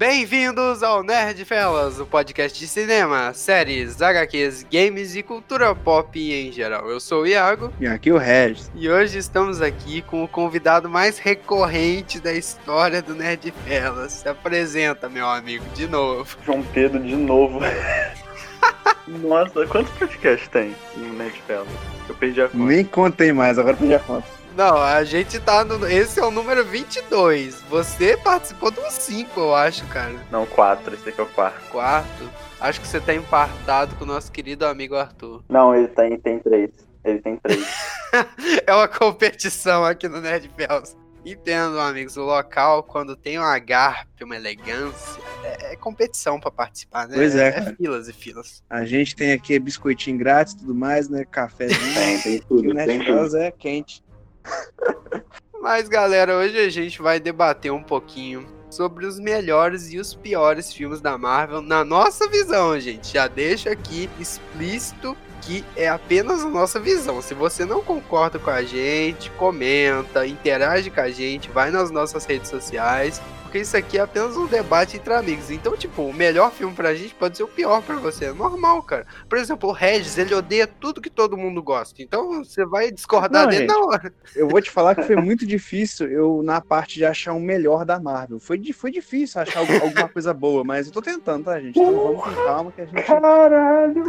Bem-vindos ao Nerd Fellas, o podcast de cinema, séries, HQs, games e cultura pop em geral. Eu sou o Iago. E aqui o Regis. E hoje estamos aqui com o convidado mais recorrente da história do Nerd Fellas. Se apresenta, meu amigo, de novo. João Pedro, de novo. Nossa, quantos podcasts tem no Nerd Fellas? Eu perdi a conta. Nem contei mais, agora perdi a conta. Não, a gente tá no... Esse é o número 22. Você participou dos 5, eu acho, cara. Não, 4. Esse aqui é o quarto. Quarto? Acho que você tá empatado com o nosso querido amigo Arthur. Não, ele tem 3. Ele tem 3. É uma competição aqui no Nerd Fellas. Entendo, amigos, o local, quando tem uma garpa, uma elegância, é competição pra participar, né? Pois é, cara. Filas e filas. A gente tem aqui biscoitinho grátis e tudo mais, né? Cafézinho. Tem tudo. E o Nerd Fellas é quente. Mas, galera, hoje a gente vai debater um pouquinho sobre os melhores e os piores filmes da Marvel na nossa visão, gente. Já deixa aqui explícito que é apenas a nossa visão. Se você não concorda com a gente, comenta, interage com a gente, vai nas nossas redes sociais, porque isso aqui é apenas um debate entre amigos. Então, tipo, o melhor filme pra gente pode ser o pior pra você. É normal, cara. Por exemplo, o Regis, ele odeia tudo que todo mundo gosta. Então, você vai discordar dele na hora. Eu vou te falar que foi muito difícil eu, na parte de achar o melhor da Marvel. Foi difícil achar alguma coisa boa, mas eu tô tentando, tá, gente? Então vamos com calma que a gente... Caralho,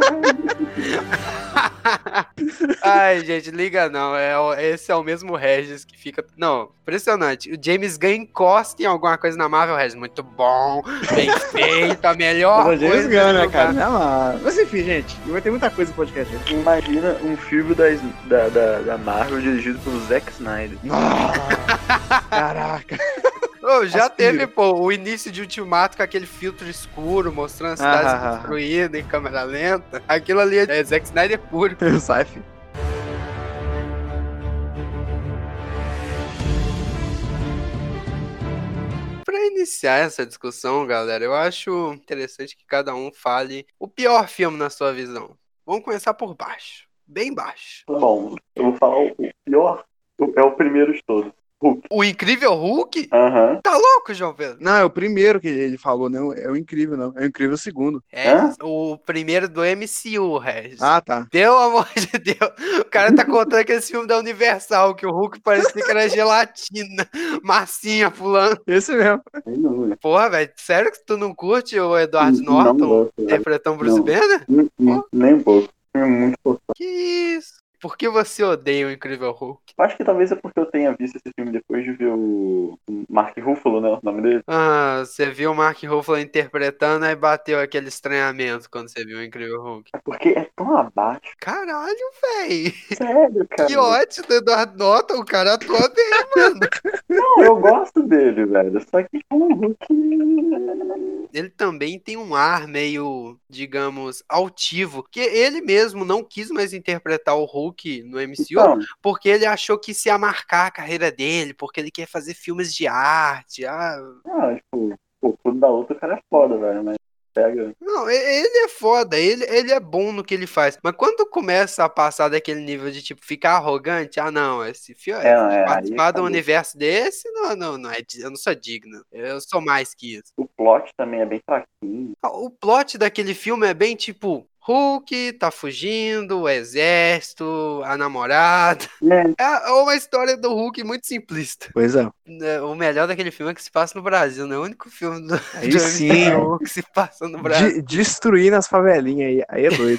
Ai, gente, liga não. Esse é o mesmo Regis que fica... Não, impressionante. O James Gunn encosta em alguma coisa na Marvel, Regis. Muito bom, bem feito, a melhor Mas o James coisa. Gunn, né, cara? Não, mas enfim, gente, vai ter muita coisa no podcast. Imagina um filme da Marvel dirigido pelo Zack Snyder. Caraca. Já teve, pô, o início de Ultimato com aquele filtro escuro, mostrando a cidade destruída em câmera lenta. Aquilo ali é Zack Snyder puro. Sai, filho. Pra iniciar essa discussão, galera, eu acho interessante que cada um fale o pior filme na sua visão. Vamos começar por baixo, bem baixo. Bom, eu vou falar o pior. É o primeiro de todos. Hulk. O Incrível Hulk? Aham. Tá louco, João Pedro? Não, é o primeiro que ele falou, não. É o incrível, não. É o incrível segundo. O primeiro do MCU, Regis. Ah, tá. Pelo amor de Deus. O cara tá contando aquele filme da Universal, que o Hulk parecia que era gelatina, massinha pulando. Esse mesmo. Porra, velho, sério que tu não curte o Edward Norton interpretando Bruce Banner? Nem um pouco. É muito pouco. Que isso? Por que você odeia o Incrível Hulk? Acho que talvez é porque eu tenha visto esse filme depois de ver o Mark Ruffalo, né? O nome dele. Ah, você viu o Mark Ruffalo interpretando e bateu aquele estranhamento quando você viu o Incrível Hulk. É porque é tão abaixo. Caralho, véi. Sério, cara. Que ótimo do Edward Norton, o cara atua bem, mano. Não, eu gosto dele, velho. Só que o Hulk... Ele também tem um ar meio, digamos, altivo, que ele mesmo não quis mais interpretar o Hulk no MCU, Então, porque ele achou que isso ia marcar a carreira dele, porque ele quer fazer filmes de arte. tipo, o fundo da outra, o cara é foda, velho, mas pega. Não, ele é foda, ele é bom no que ele faz, mas quando começa a passar daquele nível de, tipo, ficar arrogante, não, esse filme, participar de um universo desse, não é, eu não sou digno, eu sou mais que isso. O plot também é bem fraquinho. O plot daquele filme é bem, tipo, Hulk tá fugindo, o exército, a namorada. É uma história do Hulk muito simplista. Pois é. O melhor daquele filme é que se passa no Brasil, não é o único filme do sim. que se passa no Brasil. Destruindo as favelinhas aí é doido.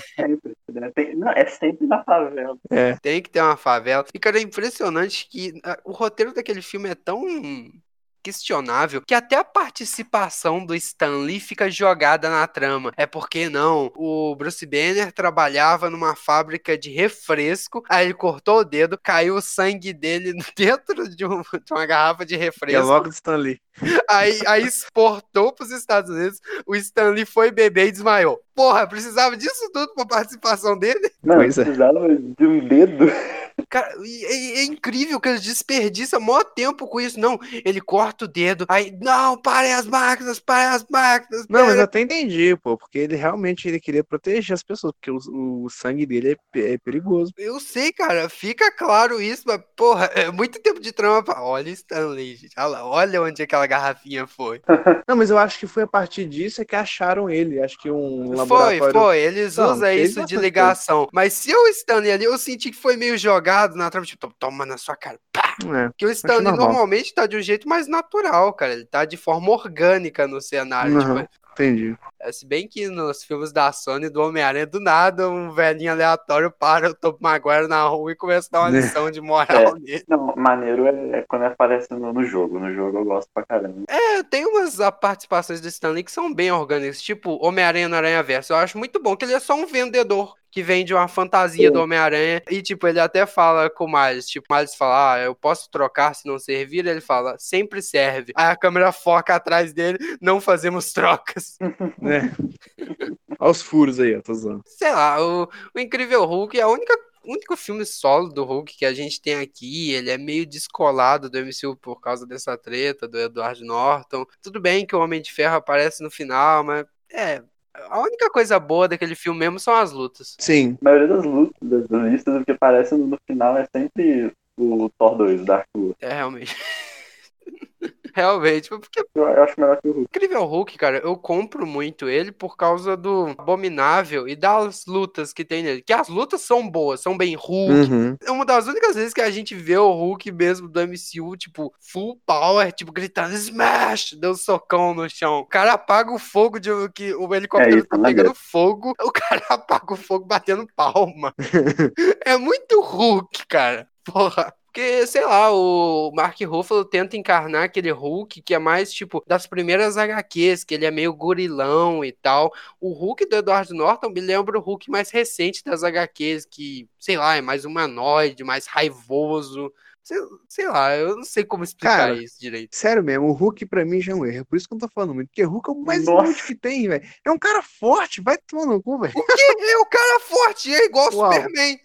É sempre na favela. Tem que ter uma favela. E, cara, é impressionante que o roteiro daquele filme é tão questionável que até a participação do Stan Lee fica jogada na trama. É porque não, o Bruce Banner trabalhava numa fábrica de refresco, aí ele cortou o dedo, caiu o sangue dele dentro de uma garrafa de refresco. É logo do Stan Lee. Aí exportou pros Estados Unidos, o Stan Lee foi beber e desmaiou. Porra, precisava disso tudo pra participação dele? Não, precisava de um dedo. Cara, é incrível que eles desperdiçam maior tempo com isso. Não, ele corta o dedo. Aí, não, parem as máquinas, parem as máquinas. Não, mas pega. eu até entendi, pô, porque ele realmente ele queria proteger as pessoas, porque o sangue dele é perigoso. Eu sei, cara, fica claro isso, mas, porra, é muito tempo de trama. Olha Stanley, gente. Olha lá, olha onde aquela garrafinha foi. Não, mas eu acho que foi a partir disso é que acharam ele. Acho que um laboratório. Foi. Eles Não, usam fez isso de bastante coisa. ligação. Mas se o Stanley ali, eu senti que foi meio jogado na trama, tipo, toma na sua cara. Pá! É, Porque o acho Stanley normal. normalmente tá de um jeito mais natural, cara. Ele tá de forma orgânica no cenário. Tipo, Uhum, entendi. se bem que nos filmes da Sony, do Homem-Aranha, do nada, um velhinho aleatório para o Tobey Maguire na rua e começa a dar uma lição de moral nele. Não, maneiro é quando aparece no jogo. No jogo eu gosto pra caramba. Tem umas participações do Stan Lee que são bem orgânicas, tipo Homem-Aranha no Aranha-Verso. Eu acho muito bom que ele é só um vendedor que vende uma fantasia do Homem-Aranha e, tipo, ele até fala com o Miles, tipo, o Miles fala, eu posso trocar se não servir? Ele fala, sempre serve. Aí a câmera foca atrás dele, não fazemos trocas. É. Olha os furos aí, ó, tô usando. Sei lá, o Incrível Hulk é o único filme solo do Hulk que a gente tem aqui. Ele é meio descolado do MCU por causa dessa treta do Edward Norton. Tudo bem que o Homem de Ferro aparece no final, mas a única coisa boa daquele filme mesmo são as lutas. Sim. A maioria das lutas, das listas, o que aparece no final é sempre o Thor 2, o Dark World. Realmente. Realmente, porque Eu acho melhor que o Hulk. Incrível Hulk, cara, eu compro muito ele por causa do Abominável e das lutas que tem nele. Que as lutas são boas, são bem Hulk. Uhum. É uma das únicas vezes que a gente vê o Hulk mesmo do MCU, tipo, full power, tipo, gritando Smash, deu um socão no chão. O cara apaga o fogo de que o helicóptero isso, tá pegando fogo, o cara apaga o fogo batendo palma. É muito Hulk, cara. Porra. Porque, sei lá, o Mark Ruffalo tenta encarnar aquele Hulk que é mais, tipo, das primeiras HQs, que ele é meio gorilão e tal. O Hulk do Edward Norton me lembra o Hulk mais recente das HQs, que, sei lá, é mais humanoide, mais raivoso. Sei lá, eu não sei como explicar Cara, isso direito. sério mesmo, o Hulk pra mim já é um erro. É por isso que eu não tô falando muito. Porque Hulk é o mais Nossa. inútil que tem, velho. É um cara forte, vai tomar no cu, velho. É o cara forte, é igual o Uau. Superman.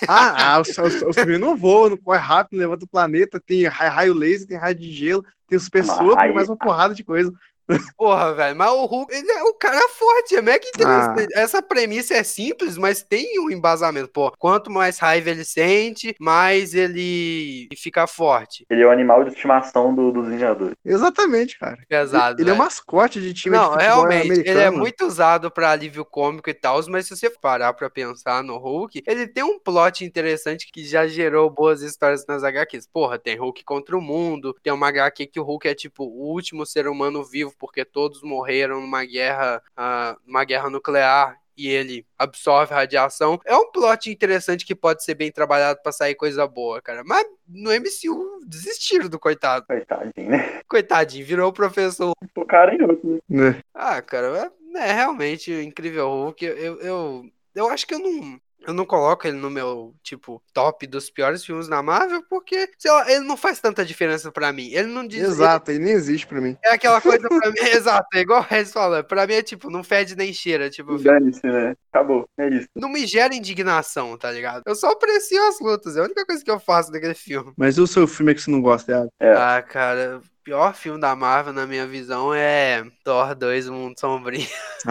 O Superman não voa, não corre rápido, levanta o planeta, tem raio laser, tem raio de gelo, tem super sopro e mais uma porrada de coisa. Porra, velho, mas o Hulk, ele é o cara forte, é meio que interessante. Essa premissa é simples, mas tem um embasamento. Pô, quanto mais raiva ele sente, mais ele fica forte. Ele é o animal de estimação dos Vingadores. Exatamente, cara. Pesado, Ele é velho. um mascote de time de Não, futebol realmente, americano. ele é muito usado pra alívio cômico e tal, mas se você parar pra pensar no Hulk, ele tem um plot interessante que já gerou boas histórias nas HQs. Porra, tem Hulk contra o mundo, tem uma HQ que o Hulk é tipo o último ser humano vivo porque todos morreram numa guerra nuclear. E ele absorve radiação. É um plot interessante que pode ser bem trabalhado pra sair coisa boa, cara. Mas no MCU desistiram do coitado. Coitadinho, né? Coitadinho, virou o professor. Focaram em outro, né? Cara, realmente o Incrível Hulk. Eu acho que eu não coloco ele no meu, tipo, top dos piores filmes da Marvel, porque, sei lá, ele não faz tanta diferença pra mim. Ele não diz. Exato, ele nem existe pra mim. É aquela coisa pra mim, exato, é igual o Regis falou. Pra mim é tipo, não fede nem cheira. Tipo, Dane-se, né? Acabou, é isso. não me gera indignação, tá ligado? Eu só aprecio as lutas, é a única coisa que eu faço daquele filme. Mas o seu filme é que você não gosta, Iago? Ah, cara, o pior filme da Marvel, na minha visão, é Thor 2, O Mundo Sombrio.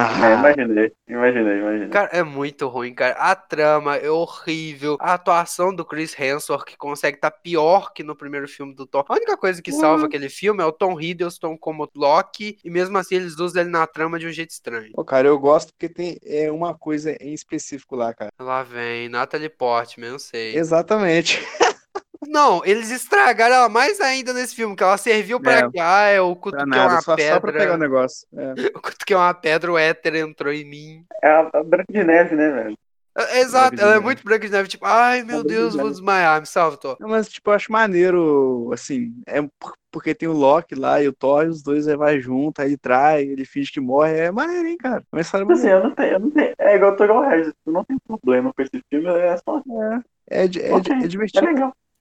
Imaginei. Cara, é muito ruim, cara. A trama é horrível. A atuação do Chris Hemsworth, que consegue estar pior que no primeiro filme do Thor. A única coisa que salva aquele filme é o Tom Hiddleston como Loki, e mesmo assim eles usam ele na trama de um jeito estranho. Pô, cara, eu gosto porque tem uma coisa em específico lá, cara. Lá vem, Natalie Portman, não sei. Exatamente. Não, eles estragaram ela mais ainda nesse filme, que ela serviu pra quê? Eu cutuquei uma Só pra pegar o pedra. negócio. Eu cutuquei uma pedra, o éter entrou em mim. É a Branca de Neve, né, velho? Exato, Branca de ela é Neve. muito branca de neve, tipo, ai meu Branca de Deus, vou Neve. desmaiar, me salva, Thor. Não, mas, tipo, eu acho maneiro, assim, porque tem o Loki lá e o Thor, e os dois aí vai junto, aí ele trai, ele finge que morre, é maneiro, hein, cara? Mas Tipo assim, eu não tenho. É igual o Regis, eu não tenho problema com esse filme, é só. é Ok, é divertido. legal.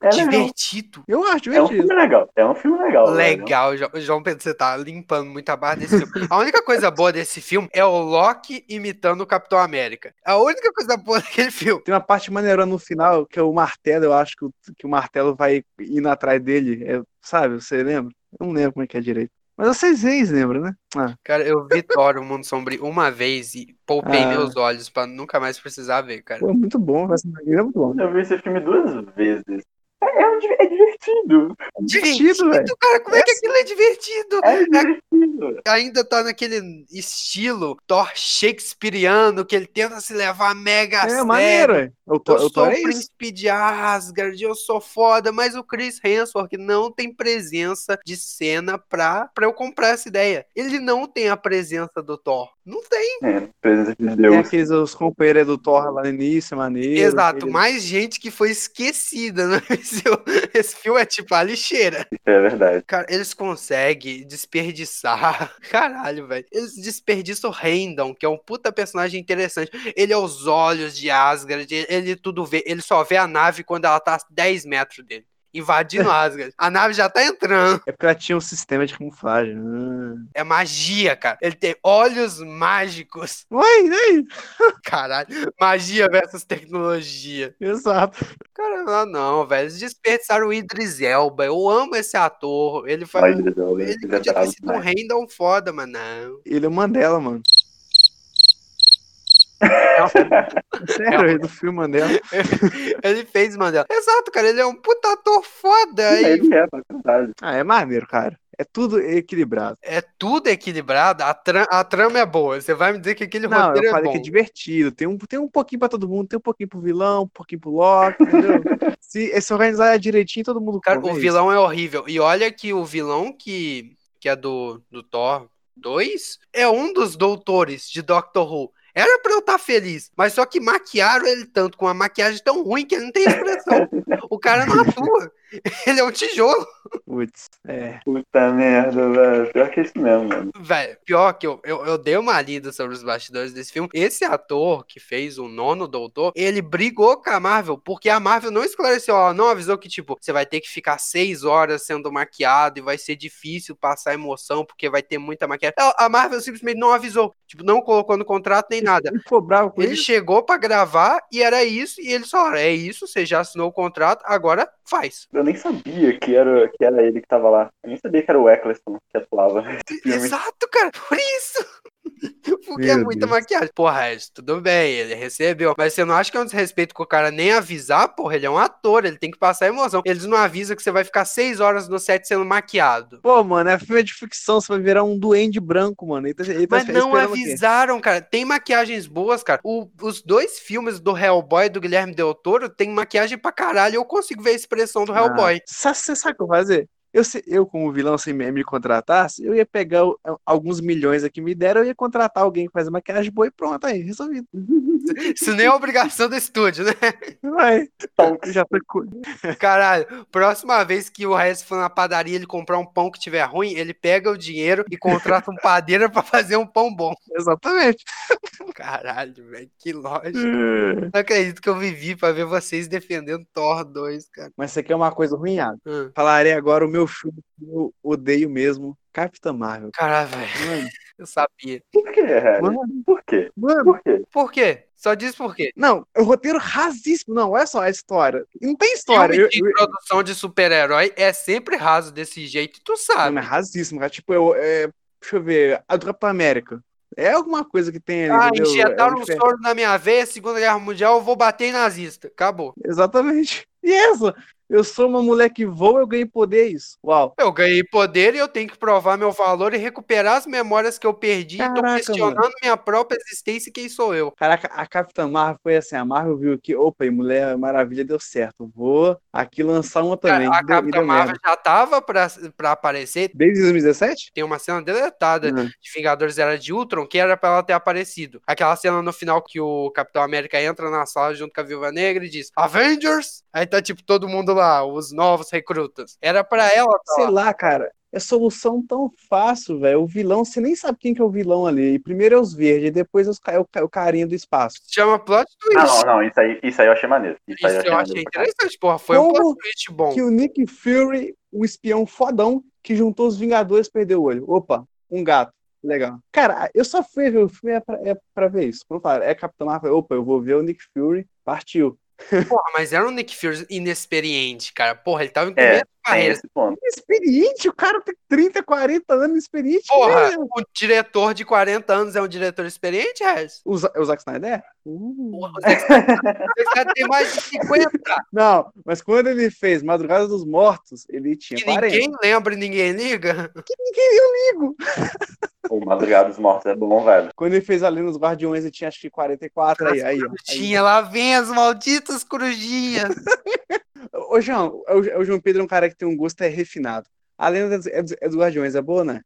É legal. divertido. Eu acho É um divertido. filme legal. É um filme legal. velho. Legal, João Pedro, você tá limpando muito a barra desse filme. A única coisa boa desse filme é o Loki imitando o Capitão América. A única coisa boa daquele filme. Tem uma parte maneira no final, que é o martelo, eu acho que o martelo vai indo atrás dele, sabe, você lembra? Eu não lembro como é que é direito. Mas vocês lembram, né? Cara, eu vi Thor, O Mundo Sombrio uma vez e poupei meus olhos pra nunca mais precisar ver, cara. Pô, muito bom, é muito bom. Eu vi esse filme 2 vezes. É divertido. Divertido, velho. cara, como é que aquilo é divertido? É divertido. Ainda tá naquele estilo Thor shakespeariano, que ele tenta se levar mega a sério. Maneiro, velho. Eu Thor sou é o príncipe de Asgard, eu sou foda, mas o Chris Hemsworth não tem presença de cena pra eu comprar essa ideia. Ele não tem a presença do Thor. Não tem. Presença de Tem Deus. os companheiros do Thor lá no início, maneiro. Exato, mais gente que foi esquecida, né? Esse filme é tipo a lixeira. É verdade. Cara, eles conseguem desperdiçar. Caralho, velho. Eles desperdiçam o Heimdall, que é um puta personagem interessante. Ele é os olhos de Asgard, ele tudo vê. Ele só vê a nave quando ela tá a 10 metros dele. Invadindo Asgard. A nave já tá entrando. É porque ela tinha um sistema de camuflagem. É magia, cara. Ele tem olhos mágicos. Ué. Caralho. Magia versus tecnologia. Exato. Cara, não, velho. Eles desperdiçaram o Idris Elba. Eu amo esse ator. Ele Olha, Idris ele Elba podia é ter sido um demais. Heimdall foda, mas não. Ele é o Mandela, mano. Sério, ele do filme Mandela. Ele fez Mandela. Exato, cara. Ele é um puta ator foda. E Ele é, na verdade. É maneiro, cara. É tudo equilibrado. é tudo equilibrado. A trama é boa. Você vai me dizer que aquele Não, roteiro eu falei é que é bom. divertido. Tem um pouquinho pra todo mundo. Tem um pouquinho pro vilão, um pouquinho pro Loki, entendeu? Se organizar direitinho, todo mundo Cara, come, o é vilão é horrível. E olha que o vilão que é do Thor 2 é um dos doutores de Doctor Who. Era pra eu estar feliz, mas só que maquiaram ele tanto, com uma maquiagem tão ruim que ele não tem expressão. O cara não atua. Ele é um tijolo. Putz, é. Puta merda, velho. Pior que isso mesmo, mano. Velho, pior que eu dei uma lida sobre os bastidores desse filme. Esse ator que fez o nono doutor, ele brigou com a Marvel, porque a Marvel não esclareceu, ela não avisou que, tipo, você vai ter que ficar 6 horas sendo maquiado e vai ser difícil passar emoção, porque vai ter muita maquiagem. A Marvel simplesmente não avisou. Tipo, não colocou no contrato nem nada. Ele ficou bravo com Ele isso? chegou pra gravar e era isso, e eles falaram, é isso, você já assinou o contrato, agora faz. Eu nem sabia que era ele que tava lá. Eu nem sabia que era o Eccleston que atuava nesse filme. Exato, cara, por isso. Porque Meu é muita Deus. maquiagem. Porra, Regis, tudo bem, ele recebeu. Mas você não acha que é um desrespeito com o cara nem avisar? Porra, ele é um ator, ele tem que passar emoção. Eles não avisam que você vai ficar 6 horas no set sendo maquiado. Pô, mano, é filme de ficção, você vai virar um duende branco, mano. Ele tá Mas não esperando o quê? avisaram, cara. Tem maquiagens boas, cara. Os 2 filmes do Hellboy do Guilherme Del Toro tem maquiagem pra caralho. Eu consigo ver a expressão do Hellboy. Você sabe o que eu vou fazer? Eu, como vilão, se me contratasse, eu ia pegar alguns milhões aqui me deram, eu ia contratar alguém que faz maquiagem boa e pronto, aí, resolvido. Isso nem é obrigação do estúdio, né? Vai. Já foi. Caralho, próxima vez que o Regis for na padaria ele comprar um pão que tiver ruim, ele pega o dinheiro e contrata um padeiro pra fazer um pão bom. Exatamente. Caralho, velho, que lógica. Não acredito que eu vivi pra ver vocês defendendo Thor 2, cara. Mas você quer uma coisa ruim, Iago? Falarei agora o meu filme que eu odeio mesmo, Capitã Marvel. Caralho, velho. Mano, Eu sabia. Por que, Harry? Mano. Por quê? Mano. Por quê? Por quê? Só diz por quê. Não, é um roteiro rasíssimo. Não, olha só a história. Não tem história. Filme de introdução de super-herói é sempre raso desse jeito, tu sabe. Não, é rasíssimo, cara. Tipo, deixa eu ver, a do Capitão América. É alguma coisa que tem ali, entendeu? Injetaram um soro na minha veia, Segunda Guerra Mundial, eu vou bater em nazista. Acabou. Exatamente. E essa? Eu sou uma mulher que voa, eu ganhei poder, isso. Uau. Eu ganhei poder e eu tenho que provar meu valor e recuperar as memórias que eu perdi. Caraca, e tô questionando minha própria existência e quem sou eu. Caraca, a Capitã Marvel foi assim, a Marvel viu que, opa, e Mulher Maravilha deu certo. Vou aqui lançar uma também. Cara, a Capitã Marvel já tava pra aparecer. Desde 2017? Tem uma cena deletada de Vingadores Era de Ultron que era pra ela ter aparecido. Aquela cena no final que o Capitão América entra na sala junto com a Viúva Negra e diz Avengers! Aí tá tipo todo mundo lá, os novos recrutas. Era pra ela tá Sei lá. lá, cara. É solução tão fácil, velho. O vilão, você nem sabe quem que é o vilão ali. E primeiro é os verdes, e depois é o carinha do espaço. Chama plot twist. Ah, não, isso aí eu achei maneiro. Isso aí Isso eu achei eu maneiro achei pra caralho. interessante, porra. Foi um Como plot twist bom. que o Nick Fury, o espião fodão, que juntou os Vingadores, perdeu o olho. Opa, um gato. Legal. Cara, eu só fui ver o filme é pra ver isso. Quando falaram, é Capitão Marvel, opa, eu vou ver o Nick Fury, partiu. Porra, mas era um Nick Fury inexperiente, cara. Porra, ele tava em É, começo de tem carreira. esse ponto. Experiente, o cara tem 30, 40 anos experiente. Porra, Né? o diretor de 40 anos é um diretor experiente, Regis? O Zack Snyder? Porra, o Zack Snyder tem mais de 50. Não, mas quando ele fez Madrugada dos Mortos, ele tinha Que 40. ninguém lembra e ninguém liga. Eu ligo. O Madrugada dos Mortos é bom, velho. Quando ele fez ali nos Guardiões, ele tinha acho que 44. Aí, ó. Tinha lá, vem as malditas corujinhas. Ô, João, o João Pedro é um cara que tem um gosto refinado. A lenda é dos Guardiões, é boa, né?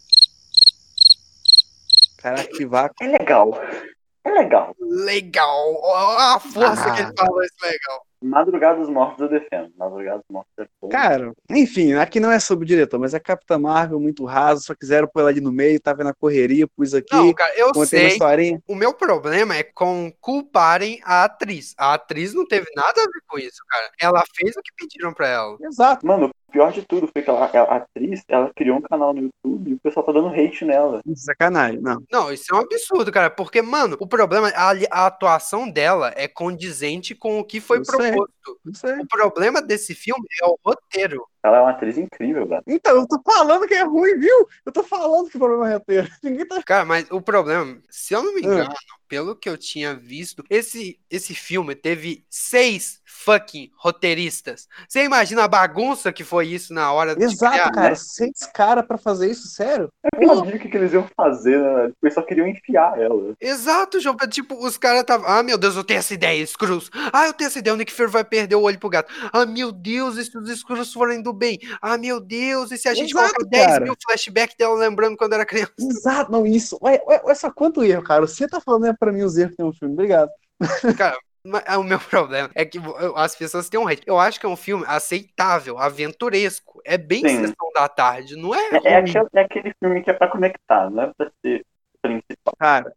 Caraca, que vácuo. É legal. É legal. Legal. Ó, a força que ele falou isso legal. Madrugada dos Mortos eu defendo. Madrugada dos Mortos é bom. Cara, enfim, aqui não é sobre o diretor, mas é Capitã Marvel, muito raso, só quiseram pôr ela ali no meio, tava na correria, pus aqui, Não, cara, eu contei uma sei. historinha. O meu problema é com culparem a atriz. A atriz não teve nada a ver com isso, cara. Ela fez o que pediram pra ela. Exato. Mano, o pior de tudo foi que a atriz, ela criou um canal no YouTube e o pessoal tá dando hate nela. Sacanagem, não. Não, isso é um absurdo, cara. Porque, mano, o problema, a atuação dela é condizente com o que foi Eu sei. proposto. Não sei. O problema desse filme é o roteiro. Ela é uma atriz incrível, velho. Então, eu tô falando que é ruim, viu? Eu tô falando que o problema é roteiro. Ninguém tá. Cara, mas o problema, se eu não me engano, pelo que eu tinha visto, esse filme teve 6 fucking roteiristas. Você imagina a bagunça que foi isso na hora de Exato, criar? cara. 6 caras pra fazer isso, sério? Eu não sabia o que eles iam fazer, né, velho? Eles só queriam enfiar ela. Exato, João. Tipo, os caras estavam. Ah, meu Deus, eu tenho essa ideia, Screws. Ah, eu tenho essa ideia, o Nick Fury vai perder o olho pro gato. Ah, meu Deus, e se os Screws forem do bem? Ah, meu Deus, e se a gente Exato, colocar 10 cara. mil flashbacks dela lembrando quando era criança? Exato, não, isso. Olha só quanto erro, cara. Você tá falando pra mim os erros que tem no filme. Obrigado. Cara, o meu problema é que as pessoas têm um hate. Eu acho que é um filme aceitável, aventuresco. É bem Sim. sessão da tarde, não é É ruim. aquele filme que é pra conectar, não é pra ser principal. Cara,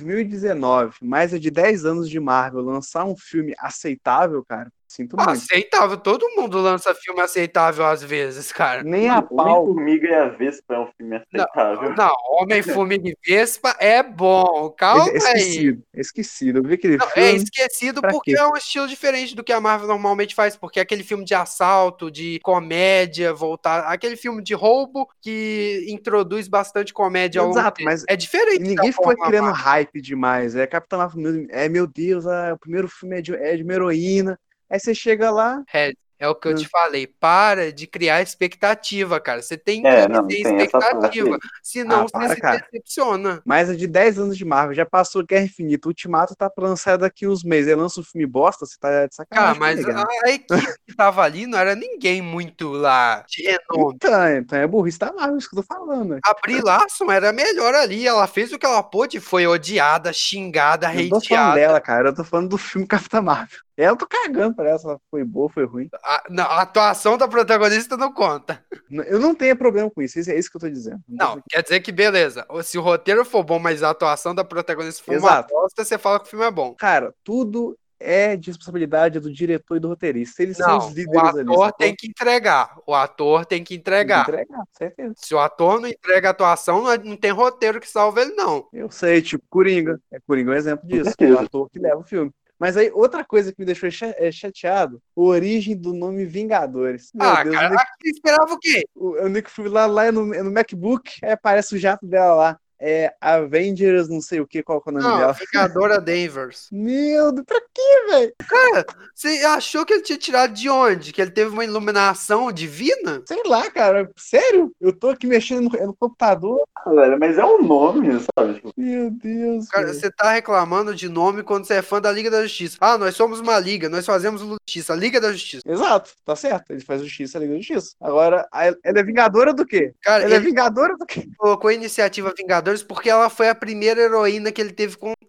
2019, mais de 10 anos de Marvel, lançar um filme aceitável, cara, sinto muito. Aceitável, todo mundo lança filme aceitável às vezes, cara. Nem a pau. Homem-Formiga e a Vespa é um filme aceitável. Não, Homem-Formiga e Vespa é bom. Calma aí. É esquecido. Eu vi aquele Não, filme. é esquecido pra porque quê? é um estilo diferente do que a Marvel normalmente faz, porque é aquele filme de assalto, de comédia, aquele filme de roubo que introduz bastante comédia ao longo Exato, dele. mas É diferente. E ninguém da foi forma criando Marvel. hype demais. É Capitã Marvel, meu Deus, o primeiro filme é de uma heroína. Aí você chega lá. É o que eu te falei. Para de criar expectativa, cara. Você tem que não, ter tem essa parte expectativa. aí. Senão para, você se cara. decepciona. Mais de 10 anos de Marvel, já passou Guerra Infinita. Ultimato tá pra lançar daqui uns meses. Aí lança um filme bosta, você tá de Cara, sacanagem. mas comigo, né? a equipe que tava ali não era ninguém muito lá de renome. Então é burrice da Marvel, isso que eu tô falando. A Brie Larson era melhor ali. Ela fez o que ela pôde, foi odiada, xingada, Eu tô falando hateada. dela, cara. Eu tô falando do filme Capitã Marvel. Eu tô cagando pra ela, se ela foi boa, foi ruim. A atuação da protagonista não conta. Eu não tenho problema com isso, é isso que eu tô dizendo. Não, quer dizer que beleza. Se o roteiro for bom, mas a atuação da protagonista for uma Exato. bosta, você fala que o filme é bom. Cara, tudo é de responsabilidade do diretor e do roteirista. Eles são Não, os o líderes ali. ator sacou? tem que entregar. O ator tem que Tem que entregar. entregar, certeza. Se o ator não entrega a atuação, não tem roteiro que salve ele, não. Eu sei, tipo, Coringa. Coringa é um exemplo disso. certeza. O ator que leva o filme. Mas aí, outra coisa que me deixou chateado, a origem do nome Vingadores. Meu Deus, cara, aqui esperava o quê? o Nick Fury lá é no MacBook, aparece o jato dela lá. É Avengers, não sei o que, qual que é o nome Não, dela. Vingadora Danvers. Meu Deus, pra quê, velho? Cara, você achou que ele tinha tirado de onde? Que ele teve uma iluminação divina? Sei lá, cara. Sério? Eu tô aqui mexendo no computador. Velho, mas é um nome, sabe? Tipo, Meu Deus, Cara, velho. você tá reclamando de nome quando você é fã da Liga da Justiça. Ah, nós somos uma liga, nós fazemos justiça, a Liga da Justiça. Exato, tá certo. Ele faz justiça, Liga da Justiça. Agora, ela é vingadora do quê? Cara, Ela é ele vingadora do quê? colocou a iniciativa Vingadores porque ela foi a primeira heroína que ele teve contato.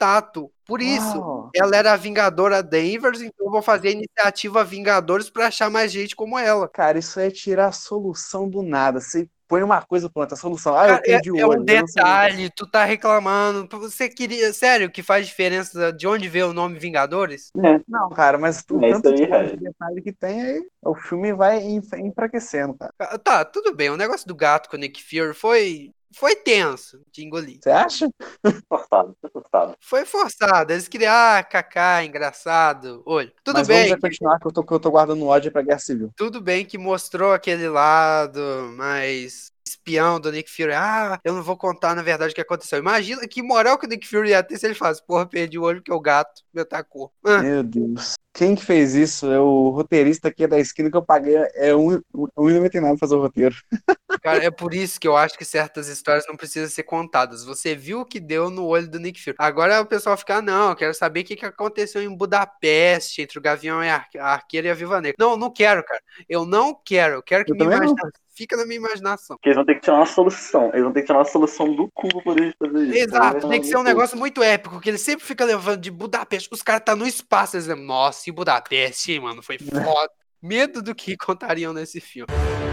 contato. Por isso, Uau. ela era a Vingadora Danvers, então eu vou fazer a iniciativa Vingadores pra achar mais gente como ela. Cara, isso é tirar a solução do nada. Você põe uma coisa pronta, a solução. Ah, eu Cara, perdi o é um olho. Eu não sei. detalhe, tu tá reclamando. Você queria. Sério, que faz diferença de onde veio o nome Vingadores? Não, cara, mas o É isso tanto aí, de detalhe que tem aí, o filme vai enfraquecendo, cara. Tá, tudo bem. O negócio do gato com o Nick Fury foi tenso de engolir. Você acha? Forçado, forçado. Foi forçado. Eles queriam, kaká, engraçado. Olha, tudo Mas vamos bem. já continuar que eu tô guardando ódio pra Guerra Civil. Tudo bem que mostrou aquele lado mais espião do Nick Fury. Ah, eu não vou contar na verdade o que aconteceu. Imagina que moral que o Nick Fury ia ter se ele falasse, porra, perdi o olho porque o gato me atacou. Meu Deus. Quem que fez isso? É o roteirista aqui da esquina que eu paguei. É R$1,99 pra fazer o roteiro. Cara, é por isso que eu acho que certas histórias não precisam ser contadas. Você viu o que deu no olho do Nick Fury. Agora o pessoal fica, não, eu quero saber o que aconteceu em Budapeste entre o Gavião e a Arqueira e a Viúva Negra. Não, não quero, cara. Eu não quero. Eu quero que Eu minha também não. imaginação fica na minha imaginação. Porque eles vão ter que tirar uma solução. Eles vão ter que tirar uma solução do cu pra poder fazer isso. Exato, tem que ser um negócio muito épico, que ele sempre fica levando de Budapeste. Os caras tá no espaço, eles dizem, nossa, e Budapeste, hein, mano, foi foda. Medo do que contariam nesse filme.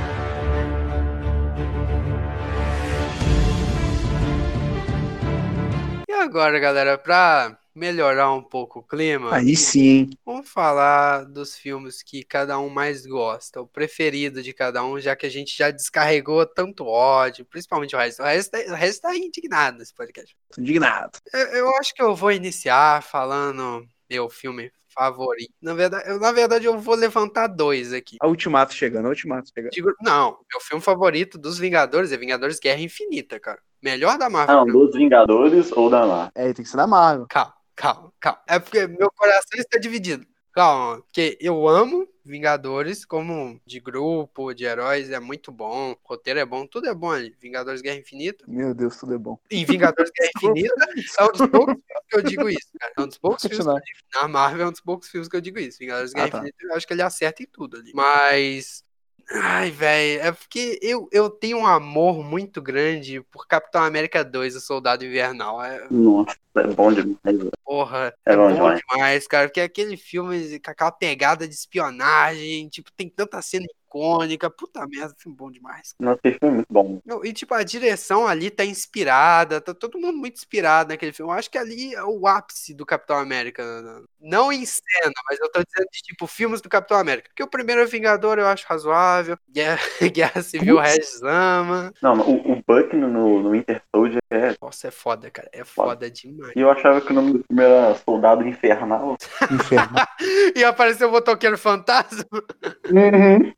E agora, galera, pra melhorar um pouco o clima, Aí sim. vamos falar dos filmes que cada um mais gosta, o preferido de cada um, já que a gente já descarregou tanto ódio, principalmente o resto. O resto tá indignado nesse podcast. Tô indignado. Eu acho que eu vou iniciar falando meu filme favorito. Na verdade, eu vou levantar dois aqui. A Ultimato chegando, a Ultimato chegando. Não, meu filme favorito dos Vingadores é Vingadores Guerra Infinita, cara. Melhor da Marvel. Não, pra mim. dos Vingadores ou da Marvel. É, tem que ser da Marvel. Calma. É porque meu coração está dividido. Calma, porque eu amo Vingadores como de grupo, de heróis, é muito bom. O roteiro é bom, tudo é bom ali. Vingadores Guerra Infinita. Meu Deus, tudo é bom. Em Vingadores Guerra Infinita é um dos poucos filmes que eu digo isso, cara. É um dos poucos filmes que eu digo. Na Marvel é um dos poucos filmes que eu digo isso. Vingadores Guerra tá. Infinita, eu acho que ele acerta em tudo ali. Mas. Ai, velho, é porque eu tenho um amor muito grande por Capitão América 2, o Soldado Invernal. Nossa, é bom demais. Porra, É é bom bom demais. demais, cara. Porque aquele filme com aquela pegada de espionagem, tipo, tem tanta cena icônica. Puta merda, filme bom demais. Nossa, esse filme é muito bom. E, tipo, a direção ali tá inspirada, tá todo mundo muito inspirado naquele filme. Eu acho que ali é o ápice do Capitão América. Não em cena, mas eu tô dizendo de, tipo, filmes do Capitão América. Porque o primeiro Vingador eu acho razoável. Guerra Civil, Regis ama. Não, o Buck no Winter Soldier é... Nossa, é foda, cara. É foda demais. E eu achava que o nome do filme era Soldado Infernal. Inferno. E apareceu o Motoqueiro Fantasma. Uhum.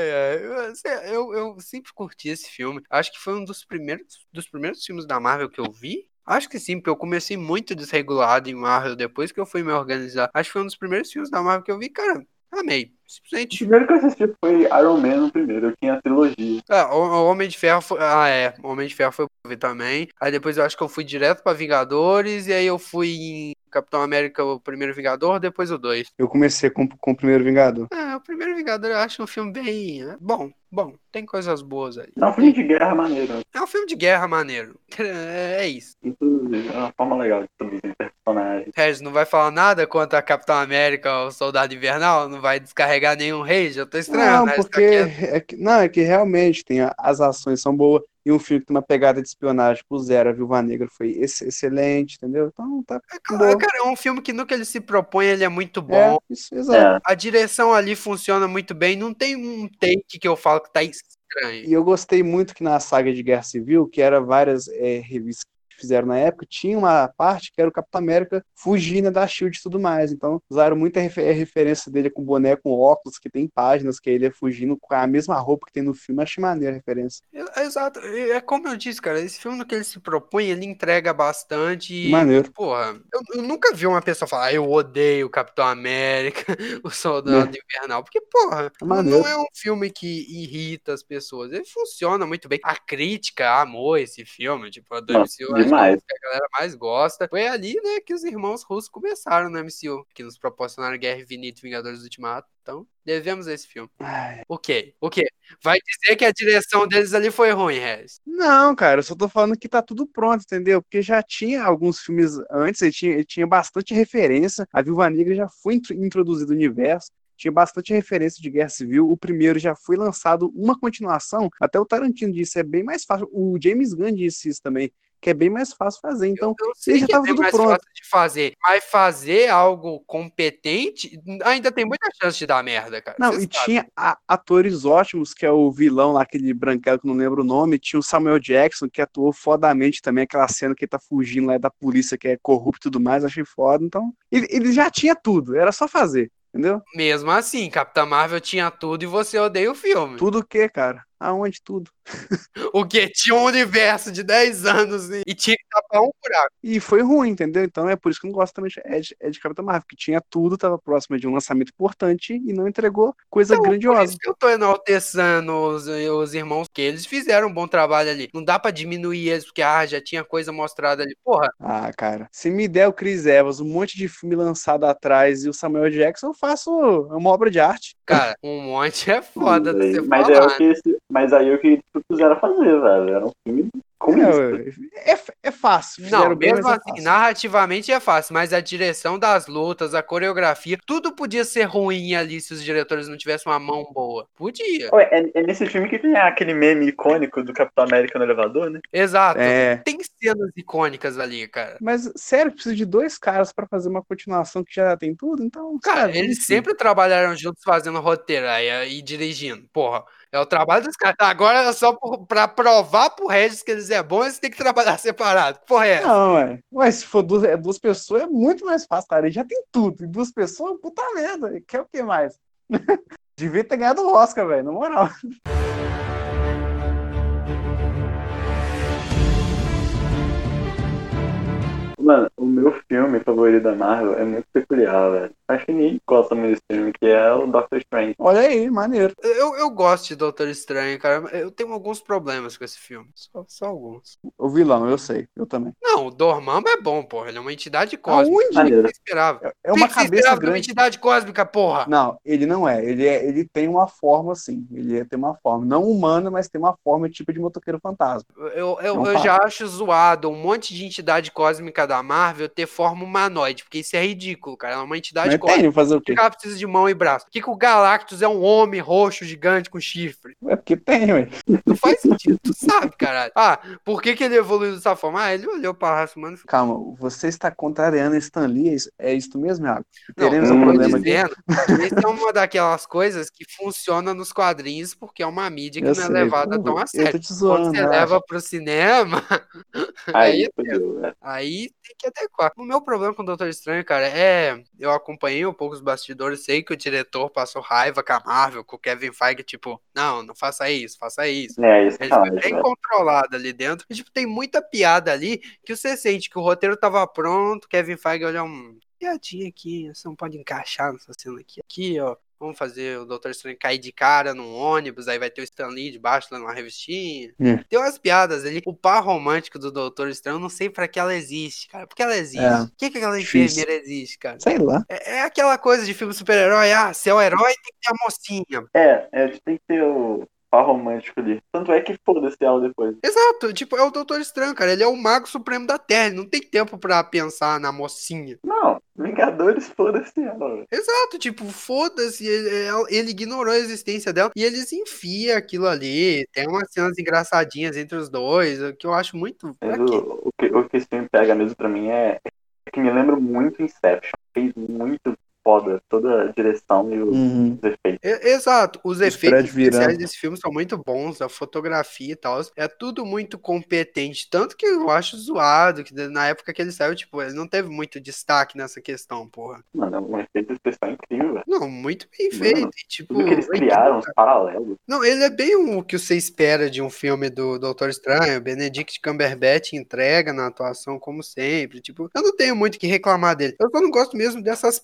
Eu sempre curti esse filme. Acho que foi um dos primeiros filmes da Marvel que eu vi. Acho que sim, porque eu comecei muito desregulado em Marvel depois que eu fui me organizar. Acho que foi um dos primeiros filmes da Marvel que eu vi, cara. Amei. O Simplesmente. primeiro que eu assisti foi Iron Man no primeiro. Eu tinha a trilogia. O Homem de Ferro foi. O Homem de Ferro foi pra ver também. Aí depois eu acho que eu fui direto pra Vingadores. E aí eu fui em Capitão América, o primeiro Vingador, depois o 2. Eu comecei com o primeiro Vingador. O primeiro Vingador eu acho um filme bem. Bom. Tem coisas boas aí. É um filme de guerra maneiro. É um filme de guerra maneiro. É isso. Inclusive, é uma forma legal de introduzir personagens. Regis, não vai falar nada contra Capitão América, o Soldado Invernal? Não vai descarregar nenhum rage? Eu tô estranhando. Não, Regis tá porque quieto. é que realmente as ações são boas e um filme que tem uma pegada de espionagem pro Zero, a Viúva Negra foi excelente, entendeu? Então tá boa. Cara, é um filme que no que ele se propõe, ele é muito bom. Isso, exato. A direção ali funciona muito bem. Não tem um take que eu falo que tá estranho. E eu gostei muito que na saga de Guerra Civil, que era várias revistas que fizeram na época, tinha uma parte que era o Capitão América fugindo da SHIELD e tudo mais. Então, usaram muita referência dele com boneco, com óculos, que tem páginas que ele é fugindo com a mesma roupa que tem no filme. Achei maneira a referência. Exato. É como eu disse, cara, esse filme no que ele se propõe, ele entrega bastante. E, maneiro. Porra, eu nunca vi uma pessoa falar, eu odeio o Capitão América, o Soldado Invernal. Porque, porra, não é um filme que irrita as pessoas. Ele funciona muito bem. A crítica amou esse filme. Tipo, a do MCU, Demais. que a galera mais gosta. Foi ali, né, que os irmãos russos começaram no MCU, que nos proporcionaram Guerra Infinita e Vingadores Ultimato. Então, devemos esse filme. Ai. O quê? O quê? Vai dizer que a direção deles ali foi ruim, Regis? Não, cara, eu só tô falando que tá tudo pronto, entendeu? Porque já tinha alguns filmes antes, ele tinha bastante referência. A Viúva Negra já foi introduzido no universo. Tinha bastante referência de Guerra Civil. O primeiro já foi lançado uma continuação. Até o Tarantino disse, é bem mais fácil. O James Gunn disse isso também, que é bem mais fácil fazer. Então, Eu ele sei já que é tava bem tudo mais pronto. fácil de fazer, mas fazer algo competente ainda tem muita chance de dar merda, cara. Não, Cê e sabe. tinha atores ótimos, que é o vilão lá, aquele branquelo que eu não lembro o nome. Tinha o Samuel Jackson, que atuou fodamente também, aquela cena que ele tá fugindo lá da polícia, que é corrupto e tudo mais, achei foda. Então, ele já tinha tudo, era só fazer, entendeu? Mesmo assim, Capitã Marvel tinha tudo e você odeia o filme. Tudo o quê, cara? Aonde tudo? O quê? Tinha um universo de 10 anos e tinha que tapar um buraco. E foi ruim, entendeu? Então é por isso que eu não gosto também de Capitão Marvel, que tinha tudo, tava próximo de um lançamento importante e não entregou coisa Então, por grandiosa. isso que eu tô enaltecendo os irmãos, que eles fizeram um bom trabalho ali. Não dá pra diminuir eles, porque já tinha coisa mostrada ali. Porra, Ah, cara, se me der o Chris Evans, um monte de filme lançado atrás e o Samuel Jackson, eu faço uma obra de arte. cara, um monte é foda de você Mas falar. mas aí é o que eles quiseram fazer, velho. Era um filme comunista. É fácil, Não, fizeram bem, mesmo mas é assim, fácil. narrativamente é fácil, mas a direção das lutas, a coreografia, tudo podia ser ruim ali se os diretores não tivessem uma mão boa. Podia. Ué, é nesse filme que tem aquele meme icônico do Capitão América no elevador, né? Exato. É. Tem cenas icônicas ali, cara. Mas, sério, precisa de dois caras pra fazer uma continuação que já tem tudo? Então, Cara, sabe, eles enfim. sempre trabalharam juntos fazendo roteiro e dirigindo. Porra, é o trabalho dos caras. Agora é só pra provar pro Regis que eles é bom, eles têm que trabalhar separado. Porra, é essa? Não, Mas se for duas pessoas, é muito mais fácil, cara. Ele já tem tudo. E duas pessoas, puta merda. Ele quer o que mais? Devia ter ganhado o Oscar, velho, na moral. Mano, o meu filme favorito da Marvel é muito peculiar, velho. Acho que ninguém gosta muito desse filme, que é o Doctor Strange. Olha aí, maneiro. Eu gosto de Doutor Estranho, cara. Eu tenho alguns problemas com esse filme. Só alguns. O vilão, eu sei, eu também. Não, o Dormammu é bom, porra. Ele é uma entidade cósmica. Aonde? O que Maneiro. você esperava? É O uma que você cabeça esperava de uma grande. entidade cósmica, porra? Não, ele não é. Ele tem uma forma, sim. Ele tem uma forma. Não humana, mas tem uma forma tipo de motoqueiro fantasma. Eu Não já acho zoado um monte de entidade cósmica da Marvel ter forma humanoide, porque isso é ridículo, cara. Ela é uma entidade Mas cósmica. tem, fazer o Por que quê? ela precisa de mão e braço? Por que o Galactus é um homem roxo gigante com chifre? É porque tem, ué. Não faz sentido, tu sabe, caralho. Por que ele evoluiu dessa forma? Ele olhou pra raça humana e falou, Calma, você está contrariando Stan Lee? É isso mesmo, Iago? não, Teremos eu um tô problema aqui? dizendo que isso é uma daquelas coisas que funciona nos quadrinhos porque é uma mídia que Eu não é sei, levada Hugo, tão a eu sério. tô te Quando zoando, você relaxa. leva pro cinema, Aí, fodeu, velho. aí tem que adequar. O meu problema com o Doutor Estranho, cara, eu acompanhei um pouco os bastidores, sei que o diretor passou raiva com a Marvel, com o Kevin Feige, tipo, não faça isso, faça isso. É, isso Ele tá, foi bem controlado ali dentro. E, tipo, tem muita piada ali que você sente que o roteiro tava pronto, Kevin Feige olha piadinha aqui, você não pode encaixar nessa cena aqui. Aqui, ó. Vamos fazer o Doutor Estranho cair de cara num ônibus, aí vai ter o Stan Lee debaixo lá numa revistinha. Tem umas piadas ali. O par romântico do Doutor Estranho, eu não sei pra que ela existe, cara. Por que ela existe? É, Por que aquela difícil. enfermeira existe, cara? Sei lá. É aquela coisa de filme super-herói. Se é o herói, tem que ter a mocinha. Tem que ter o par romântico ali. Tanto é que foda-se ela depois. Exato, tipo, é o Doutor Estranho, cara. Ele é o mago supremo da Terra. Ele não tem tempo pra pensar na mocinha. Não, Vingadores, foda-se ela, velho. Exato, tipo, foda-se, ele ignorou a existência dela e eles enfiam aquilo ali. Tem umas cenas engraçadinhas entre os dois, o que eu acho muito. Mas Pra quê? o que esse filme pega mesmo pra mim é que me lembra muito Inception. Fez muito foda toda a direção e os efeitos. Exato, os efeitos prédios especiais virando. desse filme são muito bons, a fotografia e tal, é tudo muito competente, tanto que eu acho zoado, que na época que ele saiu, tipo, ele não teve muito destaque nessa questão, porra. Mano, é um efeito especial incrível, velho. Não, muito bem Mano, feito, e, tipo... Tudo que eles criaram, os paralelos. Não, ele é bem o que você espera de um filme do Doutor Estranho. Benedict Cumberbatch entrega na atuação como sempre. Tipo, eu não tenho muito o que reclamar dele. Eu só não gosto mesmo dessas perdas de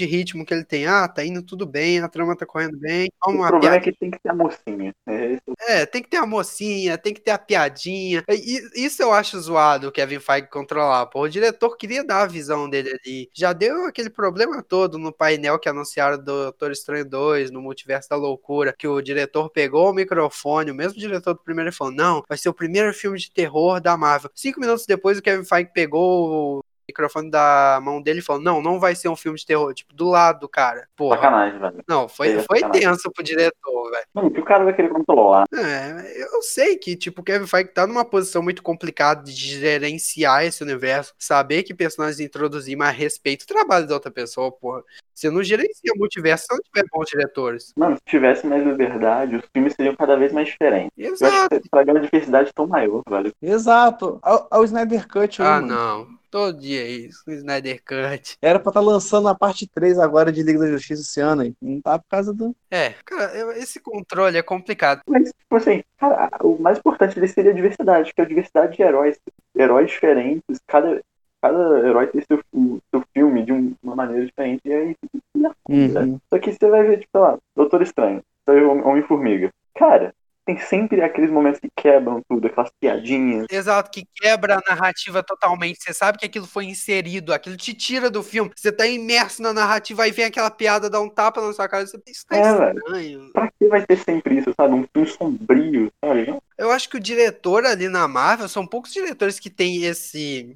de ritmo que ele tem. Tá indo tudo bem, a trama tá correndo bem. O problema é que tem que ter a mocinha. Tem que ter a mocinha, tem que ter a piadinha. Isso eu acho zoado o Kevin Feige controlar. Pô, o diretor queria dar a visão dele ali. Já deu aquele problema todo no painel que anunciaram do Doutor Estranho 2, no Multiverso da Loucura, que o diretor pegou o microfone, o mesmo diretor do primeiro, e falou: não, vai ser o primeiro filme de terror da Marvel. 5 minutos depois, o Kevin Feige pegou o microfone da mão dele e falou: não vai ser um filme de terror. Tipo, do lado do cara. Porra. Sacanagem, velho. Não, foi tenso pro diretor, velho. Mano, o que o cara vai querer controlar? Eu sei que, tipo, o Kevin Feige tá numa posição muito complicada de gerenciar esse universo, saber que personagens introduzir, mas respeita o trabalho da outra pessoa, porra. Você não gerencia multiverso se não tiver bons diretores. Mano, se tivesse mais liberdade, os filmes seriam cada vez mais diferentes. Exato. Eu acho que estragar uma diversidade tão maior, velho. Exato. O Snyder Cut aí, mano. Não. Todo dia é isso, o Snyder Cut. Era pra estar lançando a parte 3 agora de Liga da Justiça esse ano aí. Não tá por causa do... Cara, esse controle é complicado. Mas, tipo assim, cara, o mais importante dele seria a diversidade, que é a diversidade de heróis. Heróis diferentes, cada herói tem seu filme de uma maneira diferente. E aí, Só que você vai ver, tipo, sei lá, Doutor Estranho, Homem-Formiga. Cara, tem sempre aqueles momentos que quebram tudo, aquelas piadinhas. Exato, que quebra a narrativa totalmente. Você sabe que aquilo foi inserido, aquilo te tira do filme. Você tá imerso na narrativa, aí vem aquela piada, dá um tapa na sua cara, você pensa, isso tá estranho. Velho. Pra que vai ter sempre isso, sabe? Um filme sombrio, sabe? Eu acho que o diretor ali na Marvel, são poucos diretores que têm esse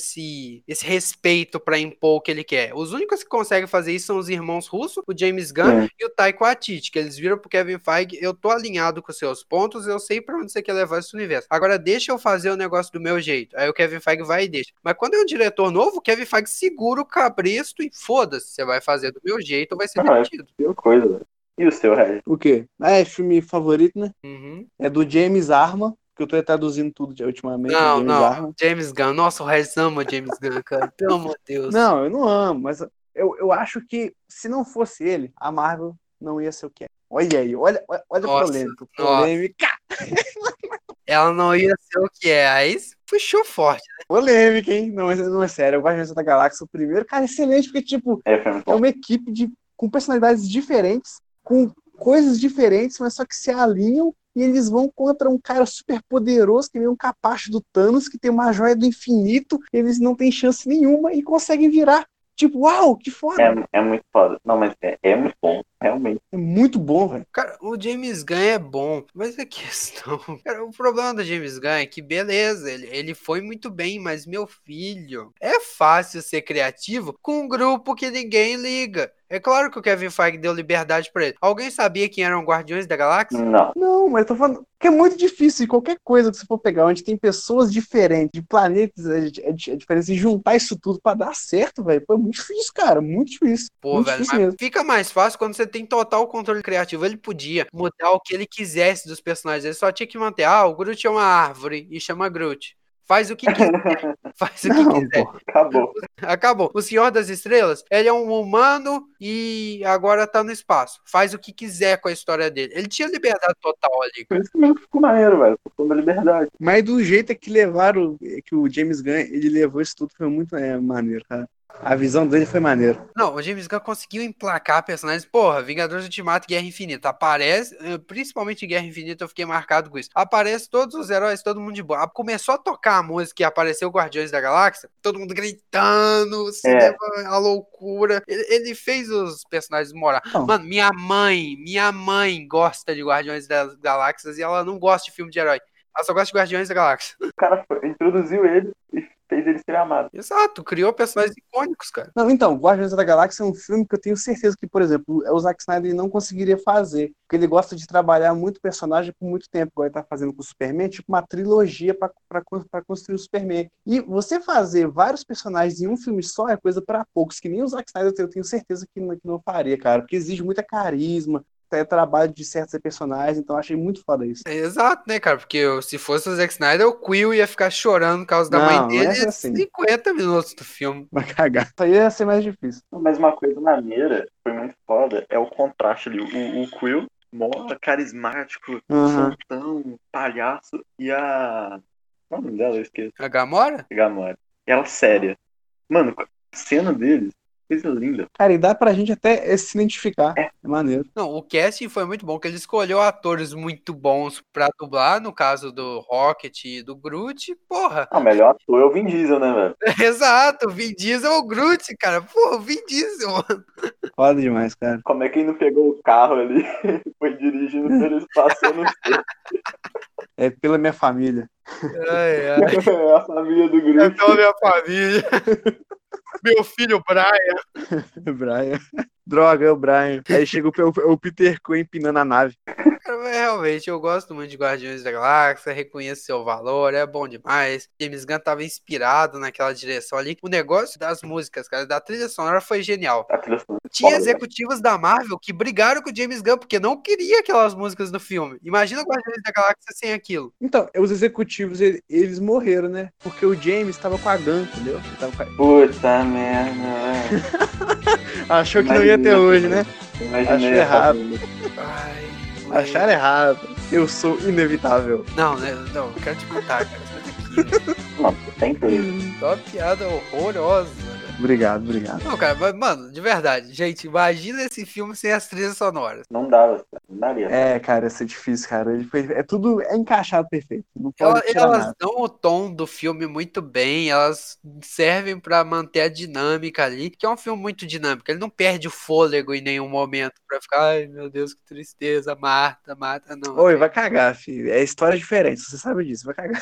respeito pra impor o que ele quer. Os únicos que conseguem fazer isso são os irmãos Russo, o James Gunn e o Taika Waititi, que eles viram pro Kevin Feige: eu tô alinhado com os seus pontos, eu sei pra onde você quer levar esse universo. Agora deixa eu fazer o negócio do meu jeito. Aí o Kevin Feige vai e deixa. Mas quando é um diretor novo, o Kevin Feige segura o cabresto e foda-se, você vai fazer do meu jeito ou vai ser demitido. É coisa, velho. E o seu, Regis? O quê? É filme favorito, né? Uhum. É do James Arma, que eu tô traduzindo tudo ultimamente. Não. James Gunn. Nossa, o Regis ama James Gunn, cara. Pelo amor de Deus. Não, eu não amo, mas eu acho que se não fosse ele, a Marvel não ia ser o que é. Olha aí, olha a polêmica. Ela não ia ser o que é. Aí puxou forte, né? Polêmica, hein? Não é sério. Eu gosto da Galáxia, o primeiro. Cara, excelente, porque, tipo, é uma equipe com personalidades diferentes, com coisas diferentes, mas só que se alinham e eles vão contra um cara super poderoso, que nem um capacho do Thanos, que tem uma joia do infinito, eles não têm chance nenhuma e conseguem virar. Tipo, uau, que foda. É muito foda. Não, mas é muito bom, realmente. É muito bom, velho. Cara, o James Gunn é bom, mas a questão... Cara, o problema do James Gunn é que, beleza, ele foi muito bem, mas, meu filho, é fácil ser criativo com um grupo que ninguém liga. É claro que o Kevin Feige deu liberdade pra ele. Alguém sabia quem eram Guardiões da Galáxia? Não, mas eu tô falando que é muito difícil. Qualquer coisa que você for pegar, onde tem pessoas diferentes, de planetas diferentes, e juntar isso tudo pra dar certo, velho. Pô, é muito difícil, cara. Muito difícil. Pô, muito velho, difícil mas mesmo. fica mais fácil quando você tem total controle criativo. Ele podia mudar o que ele quisesse dos personagens. Ele só tinha que manter. O Groot é uma árvore e chama Groot. Faz o que quiser. Faz o que quiser. Pô, acabou. O Senhor das Estrelas, ele é um humano e agora tá no espaço. Faz o que quiser com a história dele. Ele tinha liberdade total ali, cara. Por isso mesmo ficou maneiro, velho. Ficou uma liberdade. Mas do jeito que levaram, que o James Gunn, ele levou isso tudo, foi muito maneiro, cara. A visão dele foi maneira. Não, o James Gunn conseguiu emplacar personagens. Porra, Vingadores Ultimato e Guerra Infinita. Aparece, principalmente em Guerra Infinita eu fiquei marcado com isso. Aparece todos os heróis, todo mundo de boa. Começou a tocar a música e apareceu Guardiões da Galáxia. Todo mundo gritando, cinema, a loucura. Ele fez os personagens morar. Mano, minha mãe gosta de Guardiões das Galáxias e ela não gosta de filme de herói. Ela só gosta de Guardiões da Galáxia. O cara introduziu ele e fez ele ser amado. Exato, criou personagens icônicos, cara. Não, então, Guardiões da Galáxia é um filme que eu tenho certeza que, por exemplo, o Zack Snyder não conseguiria fazer, porque ele gosta de trabalhar muito personagem por muito tempo, igual ele tá fazendo com o Superman, tipo uma trilogia para construir o Superman. E você fazer vários personagens em um filme só é coisa para poucos, que nem o Zack Snyder eu tenho certeza que não faria, cara, porque exige muita carisma, trabalho de certos personagens, então eu achei muito foda isso. Exato, né, cara? Porque se fosse o Zack Snyder, o Quill ia ficar chorando por causa da mãe dele e assim. 50 minutos do filme. Vai cagar. Isso aí ia ser mais difícil. Mas uma coisa maneira, foi muito foda, é o contraste ali. O Quill, mó carismático, soltão, palhaço, e a... Qual é o nome dela? Eu esqueci. A Gamora? A Gamora. Ela séria. Mano, a cena deles Coisa linda. Cara, e dá pra gente até se identificar. É maneiro. Não, o casting foi muito bom, que ele escolheu atores muito bons pra dublar, no caso do Rocket e do Groot, porra. O melhor ator é o Vin Diesel, né, velho? Exato, o Vin Diesel é o Groot, cara. Porra, o Vin Diesel, mano. Foda demais, cara. Como é que ele não pegou o carro ali? Foi dirigindo pelo espaço, eu não sei. É pela minha família. Ai, ai. É a família do É Groot. pela minha família. Meu filho Brian. Brian. Droga, é o Brian. Aí chega o Peter Quill empinando a nave. Cara, mas realmente, eu gosto muito de Guardiões da Galáxia, reconheço seu valor, é bom demais. James Gunn tava inspirado naquela direção ali. O negócio das músicas, cara, da trilha sonora foi genial. A trilha sonora é Tinha foda, executivos da Marvel que brigaram com o James Gunn porque não queria aquelas músicas no filme. Imagina Guardiões da Galáxia sem aquilo. Então, os executivos, eles morreram, né? Porque o James tava com a Gun, entendeu? Ele tava com a... Puta merda, velho. Achou que não ia ter hoje, né? Imaginei Achei errado. Ai, Acharam errado. Eu sou inevitável. Não, né? Não, eu quero te matar, cara. Sai daqui, velho. Não, tem que Só piada horrorosa, velho. Obrigado. Não, cara, mas, mano, de verdade, gente, imagina esse filme sem as trilhas sonoras. Não dava, não daria. É, cara, isso é difícil, cara. É tudo encaixado perfeito. Não pode tirar Elas nada. dão o tom do filme muito bem, elas servem pra manter a dinâmica ali, que é um filme muito dinâmico, ele não perde o fôlego em nenhum momento pra ficar, ai meu Deus, que tristeza, Marta, não. Oi, vai cagar, filho. É história diferente, você sabe disso, vai cagar.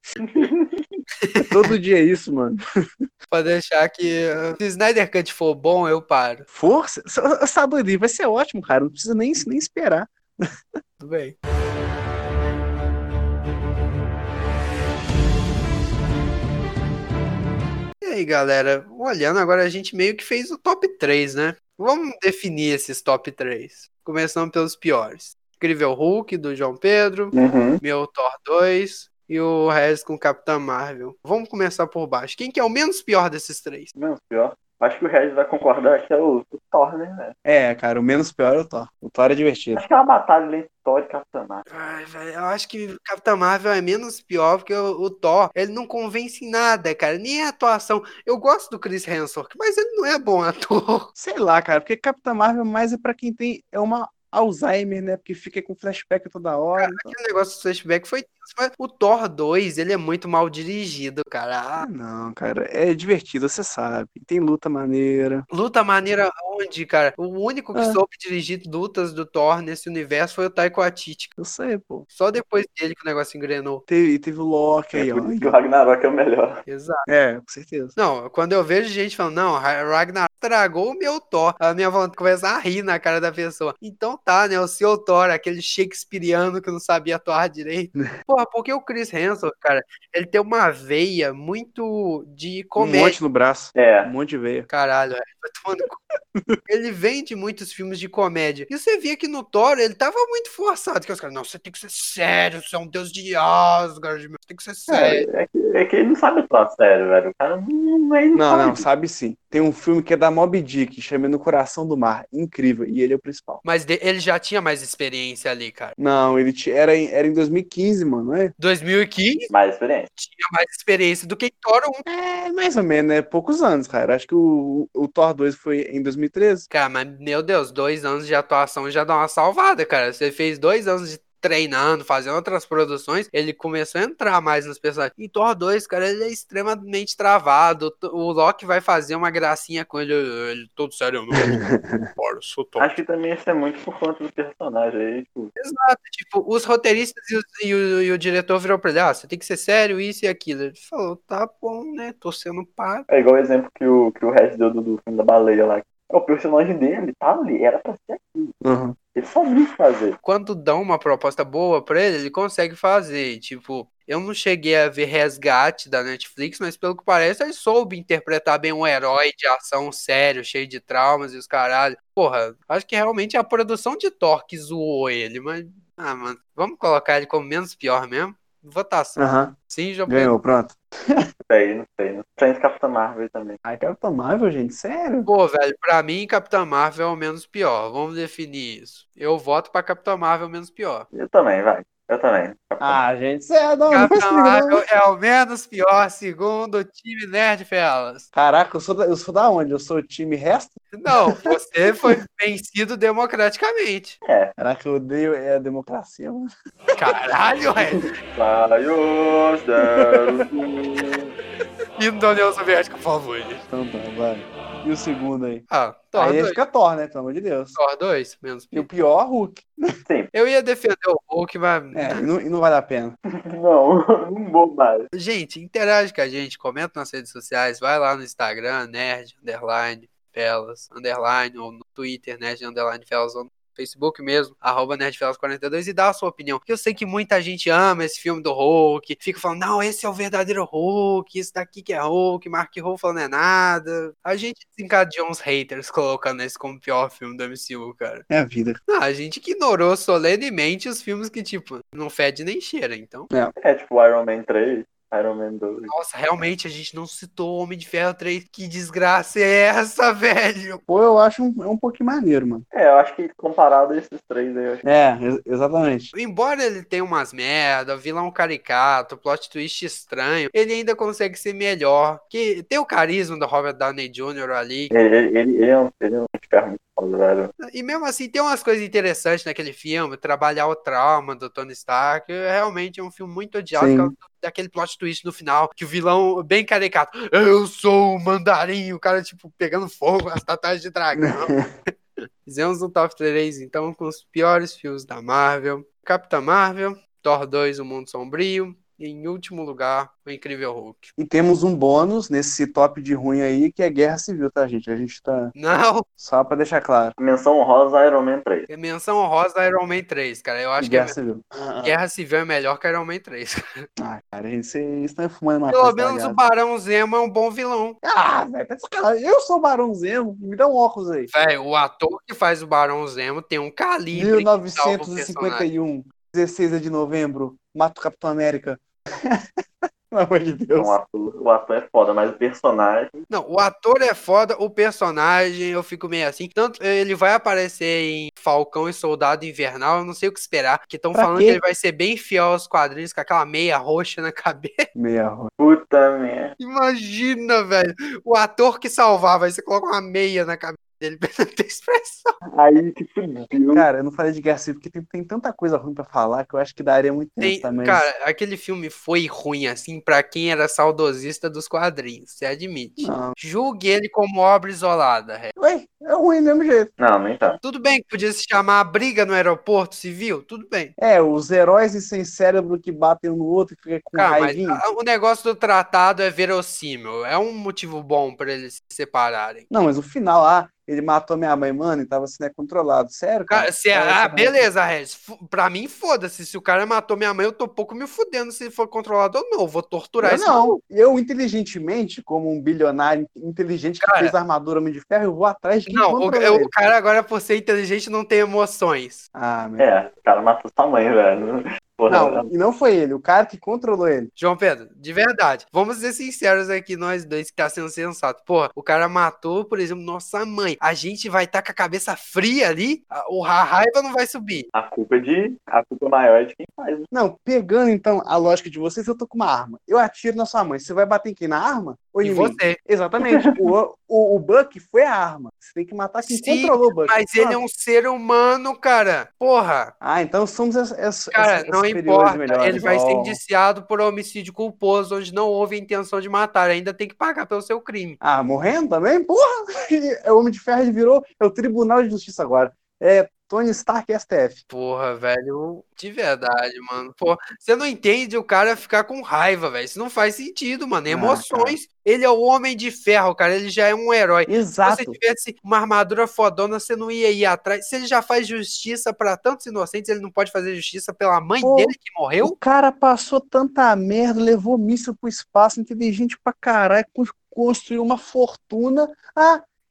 Todo dia é isso, mano. Pode deixar que se o Snyder Cut for bom, eu paro. Força? Você tá doido? Vai ser ótimo, cara. Não precisa nem esperar. Tudo bem. E aí, galera, olhando agora, a gente meio que fez o top 3, né? Vamos definir esses top 3. Começando pelos piores. Incrível Hulk, do João Pedro. Uhum. Meu Thor 2 e o Regis com Capitã Marvel. Vamos começar por baixo. Quem que é o menos pior desses três? Menos pior. Acho que o Regis vai concordar que é o Thor, né, velho? É, cara, o menos pior é o Thor. O Thor é divertido. Acho que é uma batalha entre Thor e Capitã Marvel. Ai, velho, eu acho que Capitã Marvel é menos pior porque o Thor, ele não convence em nada, cara. Nem a atuação. Eu gosto do Chris Hemsworth, mas ele não é bom ator. Sei lá, cara, porque Capitã Marvel mais é pra quem tem uma Alzheimer, né? Porque fica com flashback toda hora. Então... Aquele negócio do flashback foi tenso, mas o Thor 2, ele é muito mal dirigido, cara. Não, cara, é divertido, você sabe. Tem luta maneira. Luta maneira onde, cara? O único que Ah. soube dirigir lutas do Thor nesse universo foi o Taika Waititi. Eu sei, pô. Só depois dele que o negócio engrenou. Teve o Loki aí, É ó. por isso que o Ragnarok é o melhor. Exato. É, com certeza. Não, quando eu vejo gente falando, não, Ragnar estragou o meu Thor, a minha vontade começa a rir na cara da pessoa. Então tá, né, o seu Thor, aquele shakespeariano que não sabia atuar direito. Porra, porque o Chris Hemsworth, cara, ele tem uma veia muito de Um comédia. monte no braço. É. Um monte de veia. Caralho, vai tomando cu. Ele vem de muitos filmes de comédia. E você via que no Thor ele tava muito forçado. Que os caras, não, você tem que ser sério, você é um deus de Asgard, você tem que ser sério. É que ele não sabe atuar sério, velho. O cara Não, sabe sim. Tem um filme que é da Moby Dick, chama No Coração do Mar. Incrível. E ele é o principal. Mas ele já tinha mais experiência ali, cara. Não, ele era em 2015, mano, não é? 2015 Mais experiente. tinha mais experiência do que em Thor 1. É, mais ou menos, né? Poucos anos, cara. Acho que o Thor 2 foi em 2013. Cara, mas meu Deus, 2 anos de atuação já dá uma salvada, cara. Você fez 2 anos de treinando, fazendo outras produções, ele começou a entrar mais nos personagens. Em Thor 2, cara, ele é extremamente travado. O Loki vai fazer uma gracinha com ele todo sério. Bora, eu sou Thor. Acho que também isso é muito por conta do personagem aí, tipo. Exato, tipo, os roteiristas e o diretor virou pra ele, você tem que ser sério, isso e aquilo. Ele falou, tá bom, né, tô sendo pago. É igual o exemplo que o Regis deu do filme da baleia lá. O personagem dele tava ali, era pra ser aquilo. Uhum. Ele sabia fazer. Quando dão uma proposta boa pra ele consegue fazer. Tipo, eu não cheguei a ver Resgate da Netflix, mas pelo que parece, ele soube interpretar bem um herói de ação sério, cheio de traumas e os caralho. Porra, acho que realmente é a produção de Thor que zoou ele, mas. Ah, mano, vamos colocar ele como menos pior mesmo? Votação. Aham. Sim, João Ganhou, Pedro. pronto. Não sei. Tem Capitã Marvel também. Ai, Capitão Marvel, gente, sério? Pô, velho, pra mim, Capitã Marvel é o menos pior. Vamos definir isso. Eu voto pra Capitã Marvel menos pior. Eu também, vai. Eu também. Ah, gente, você não Capitão explica, Marvel não. é o menos pior, segundo o time Nerd Fellas. Caraca, eu sou da onde? Eu sou o time resto? Não, você foi vencido democraticamente. É. Caraca, eu odeio a democracia, mano. Caralho, velho. Saios deram Hino da União Soviética, por favor, gente. Então tá, vai. E o segundo aí? Ah, Thor Aí 2. fica Thor, né? Pelo amor de Deus. Thor 2, menos E o pior. pior, Hulk. Eu ia defender o Hulk, mas. E não vale a pena. Não, não vou mais. Gente, interage com a gente, comenta nas redes sociais, vai lá no Instagram, nerd, underline, fellas, underline, ou no Twitter, nerd, underline, fellas, ou no Facebook mesmo, @nerdfellas42 e dá a sua opinião. Porque eu sei que muita gente ama esse filme do Hulk, fica falando, não, esse é o verdadeiro Hulk, esse daqui que é Hulk, Mark Ruffalo não é nada. A gente desencadeou uns haters colocando esse como o pior filme do MCU, cara. É a vida. Não, a gente ignorou solenemente os filmes que, tipo, não fede nem cheira, então. É tipo Iron Man 3, Iron Man 2. Nossa, realmente a gente não citou Homem de Ferro 3. Que desgraça é essa, velho? Pô, eu acho um pouquinho maneiro, mano. Eu acho que comparado a esses três aí, eu acho Exatamente. Embora ele tenha umas merda, vilão caricato, plot twist estranho, ele ainda consegue ser melhor. Que tem o carisma do Robert Downey Jr. ali. que ele é um ferro muito foda, velho. E mesmo assim, tem umas coisas interessantes naquele filme. Trabalhar o trauma do Tony Stark. Realmente é um filme muito odiado Sim. por causa daquele plot twist no final. Que o vilão, bem caricato, eu sou o mandarim. O cara, tipo, pegando fogo, as tatuagens de dragão. Fizemos um top 3, então, com os piores filmes da Marvel. Capitã Marvel, Thor 2, O Mundo Sombrio. E, em último lugar, O Incrível Hulk. E temos um bônus nesse top de ruim aí, que é Guerra Civil, tá, gente? A gente tá... Não, Só pra deixar claro. Menção honrosa Iron Man 3. é menção honrosa da Iron Man 3, cara. Eu E acho que Guerra Civil. Guerra Civil é melhor que Iron Man 3. Ah, cara, vocês estão fumando uma Pelo coisa menos o estragada. Barão Zemo é um bom vilão. Ah, velho, tá de sacanagem. Eu sou o Barão Zemo. Me dá um óculos aí. Velho, o ator que faz o Barão Zemo tem um calibre que salva o personagem. 1951, 16 de novembro, mato o Capitão América. Pelo amor de Deus. O ator é foda, mas o personagem. Não, o ator é foda, o personagem eu fico meio assim. Tanto ele vai aparecer em Falcão e Soldado Invernal, eu não sei o que esperar. Que estão Pra falando quê? que ele vai ser bem fiel aos quadrinhos, com aquela meia roxa na cabeça. Meia roda. Puta merda. Imagina, velho. O ator que salvava, aí você coloca uma meia na cabeça dele pra não ter expressão. Aí que fudeu. Cara, eu não falei de Guerra Civil porque tem tanta coisa ruim pra falar que eu acho que daria muito tempo também. Cara, aquele filme foi ruim, assim, pra quem era saudosista dos quadrinhos, você admite. Não. Julgue ele como obra isolada, Ré. Ué, é ruim do mesmo jeito. Não, nem tá. Tudo bem que podia se chamar Briga no Aeroporto Civil, tudo bem. É, os heróis e sem cérebro que batem um no outro e ficam com Cara, mas raivinha. o negócio do tratado é verossímil, é um motivo bom pra eles se separarem. Não, mas o final lá, ele matou minha mãe, mano, e tava sendo controlado. Sério, cara? Beleza, Regis. Pra mim, foda-se. Se o cara matou minha mãe, eu tô pouco me fudendo se ele for controlado ou não. Eu vou torturar Eu esse não. maluco. Eu, inteligentemente, como um bilionário inteligente que Cara, fez a armadura Homem de Ferro, eu vou atrás de quem Não, controla ele. o cara agora, por ser inteligente, não tem emoções. Ah, meu. O cara matou sua mãe, velho. Porra, Não, e não foi ele, o cara que controlou ele. João Pedro, de verdade, vamos ser sinceros aqui, nós dois que tá sendo sensato. Porra, o cara matou, por exemplo, nossa mãe. A gente vai estar com a cabeça fria ali, a raiva não vai subir. a culpa maior é de quem faz. Né? Não, pegando então a lógica de vocês, eu tô com uma arma. Eu atiro na sua mãe. Você vai bater em quem? Na arma? Ou em E mim? você. Exatamente. o Buck foi a arma. Você tem que matar quem Sim, controlou o Buck. mas ele é um ser humano, cara. Porra. Ah, então somos Cara, não importa. melhores. Ele vai ser Oh. indiciado por homicídio culposo, onde não houve intenção de matar. Ainda tem que pagar pelo seu crime. Ah, morrendo também? Porra! É o Homem de Ferro, ele virou. É o Tribunal de Justiça agora. É Tony Stark STF. Porra, velho, de verdade, mano. Porra, você não entende o cara ficar com raiva, velho. Isso não faz sentido, mano. Emoções. Ele é o Homem de Ferro, cara. Ele já é um herói. Exato. Se você tivesse uma armadura fodona, você não ia ir atrás. Se ele já faz justiça pra tantos inocentes, ele não pode fazer justiça pela mãe dele que morreu? O cara passou tanta merda, levou míssil pro espaço, inteligente pra caralho, construiu uma fortuna. Ah,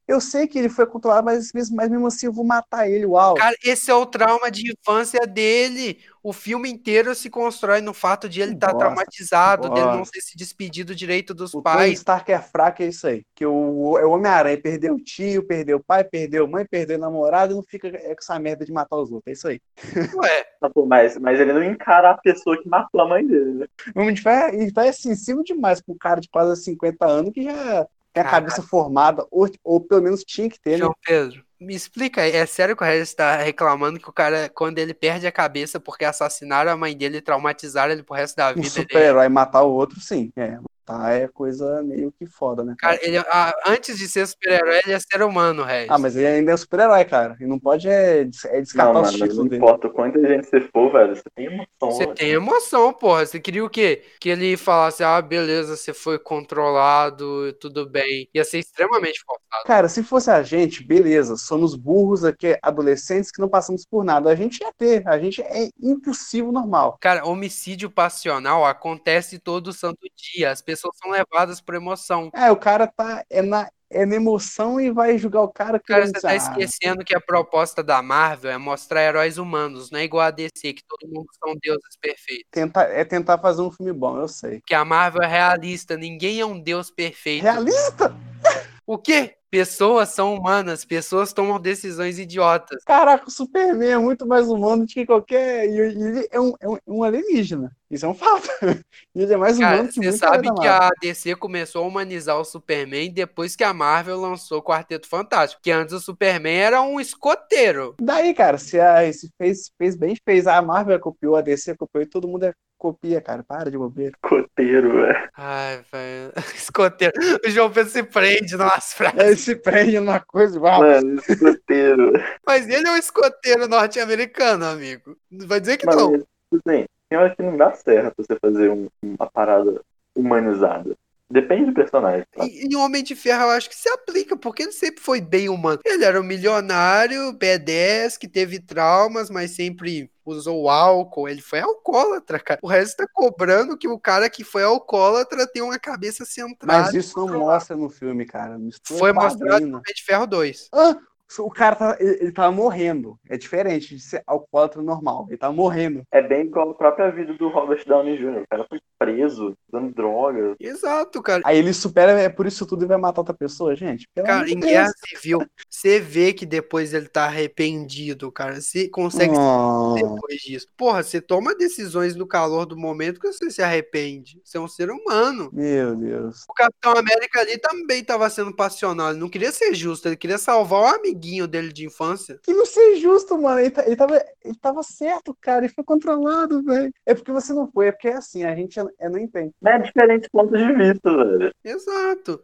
Eu sei que ele foi controlado, mas mesmo assim eu vou matar ele, uau. Cara, esse é o trauma de infância dele. O filme inteiro se constrói no fato de ele estar traumatizado, dele não ter se despedido direito dos O Tony pais. Stark é fraco, é isso aí. Que o Homem-Aranha perdeu o tio, perdeu o pai, perdeu a mãe, perdeu o namorado e não fica com essa merda de matar os outros. É isso aí. Ué, Mas ele não encara a pessoa que matou a mãe dele, né? O Homem de Ferro ele tá sensível demais pra um cara de quase 50 anos que já tem a cabeça formada, ou pelo menos tinha que ter, né? João Pedro, me explica aí, é sério que o Regis tá reclamando que o cara, quando ele perde a cabeça porque assassinaram a mãe dele e traumatizaram ele pro resto da Um vida, super-herói matar o outro, sim. Matar é coisa meio que foda, né? Cara, ele, antes de ser super-herói, ele é ser humano, Regis. Mas ele ainda é super-herói, cara. E não pode descartar Não, os mano, títulos não dele. importa o quanto a gente você for, velho, você tem emoção. Você velho. tem emoção, porra. Você queria o quê? Que ele falasse, beleza, você foi controlado, tudo bem. Ia ser extremamente forçado. Cara, se fosse a gente, beleza, somos burros aqui, adolescentes que não passamos por nada. A gente ia ter, a gente é impossível normal. Cara, homicídio passional acontece todo santo dia. As pessoas são levadas por emoção. O cara tá na emoção e vai julgar o cara Cara, querendo você tá esquecendo que a proposta da Marvel é mostrar heróis humanos, não é igual a DC, que todo mundo são deuses perfeitos. tentar fazer um filme bom, eu sei. Porque a Marvel é realista, ninguém é um deus perfeito. Realista? O quê? Pessoas são humanas, pessoas tomam decisões idiotas. Caraca, o Superman é muito mais humano do que qualquer. E ele é um alienígena. Isso é um fato. Ele é mais humano que Você muito sabe da que Marvel. a DC começou a humanizar o Superman depois que a Marvel lançou o Quarteto Fantástico. Porque antes o Superman era um escoteiro. Daí, cara, se fez bem, fez. A Marvel copiou, a DC copiou e todo mundo copia, cara. Para de bobeira. Escoteiro, velho. Ai, velho. Escoteiro. O João Pedro se prende nas frases. Ele se prende numa coisa, uau. Mano, escoteiro. Mas ele é um escoteiro norte-americano, amigo. Não vai dizer que Mano, não. mas, assim, eu acho que não dá certo você fazer uma parada humanizada. Depende do personagem, tá? E o Homem de Ferro eu acho que se aplica, porque ele sempre foi bem humano. Ele era um milionário, B10, que teve traumas, mas sempre usou álcool. Ele foi alcoólatra, cara. O resto tá cobrando que o cara que foi alcoólatra tem uma cabeça centrada. Mas isso não mostra no filme, cara. Mistura Foi mostrado no quadrinho. Homem de Ferro 2. O cara ele tava morrendo. É diferente de ser alcoólatra normal. Ele tava morrendo. É bem igual a própria vida do Robert Downey Jr. O cara foi preso, usando droga. Exato, cara. Aí ele supera, por isso tudo e vai matar outra pessoa, gente. Pelo amor Cara, de em Deus. Guerra Civil, você vê que depois ele tá arrependido, cara. Você consegue depois disso. Porra, você toma decisões no calor do momento que você se arrepende. Você é um ser humano. Meu Deus. O Capitão América ali também tava sendo passional. Ele não queria ser justo, ele queria salvar o amiguinho dele de infância. Que não ser justo, mano. Ele tava certo, cara. Ele foi controlado, velho. É porque você não foi. É porque é assim, a gente não entende. É diferentes pontos de vista, velho. Exato.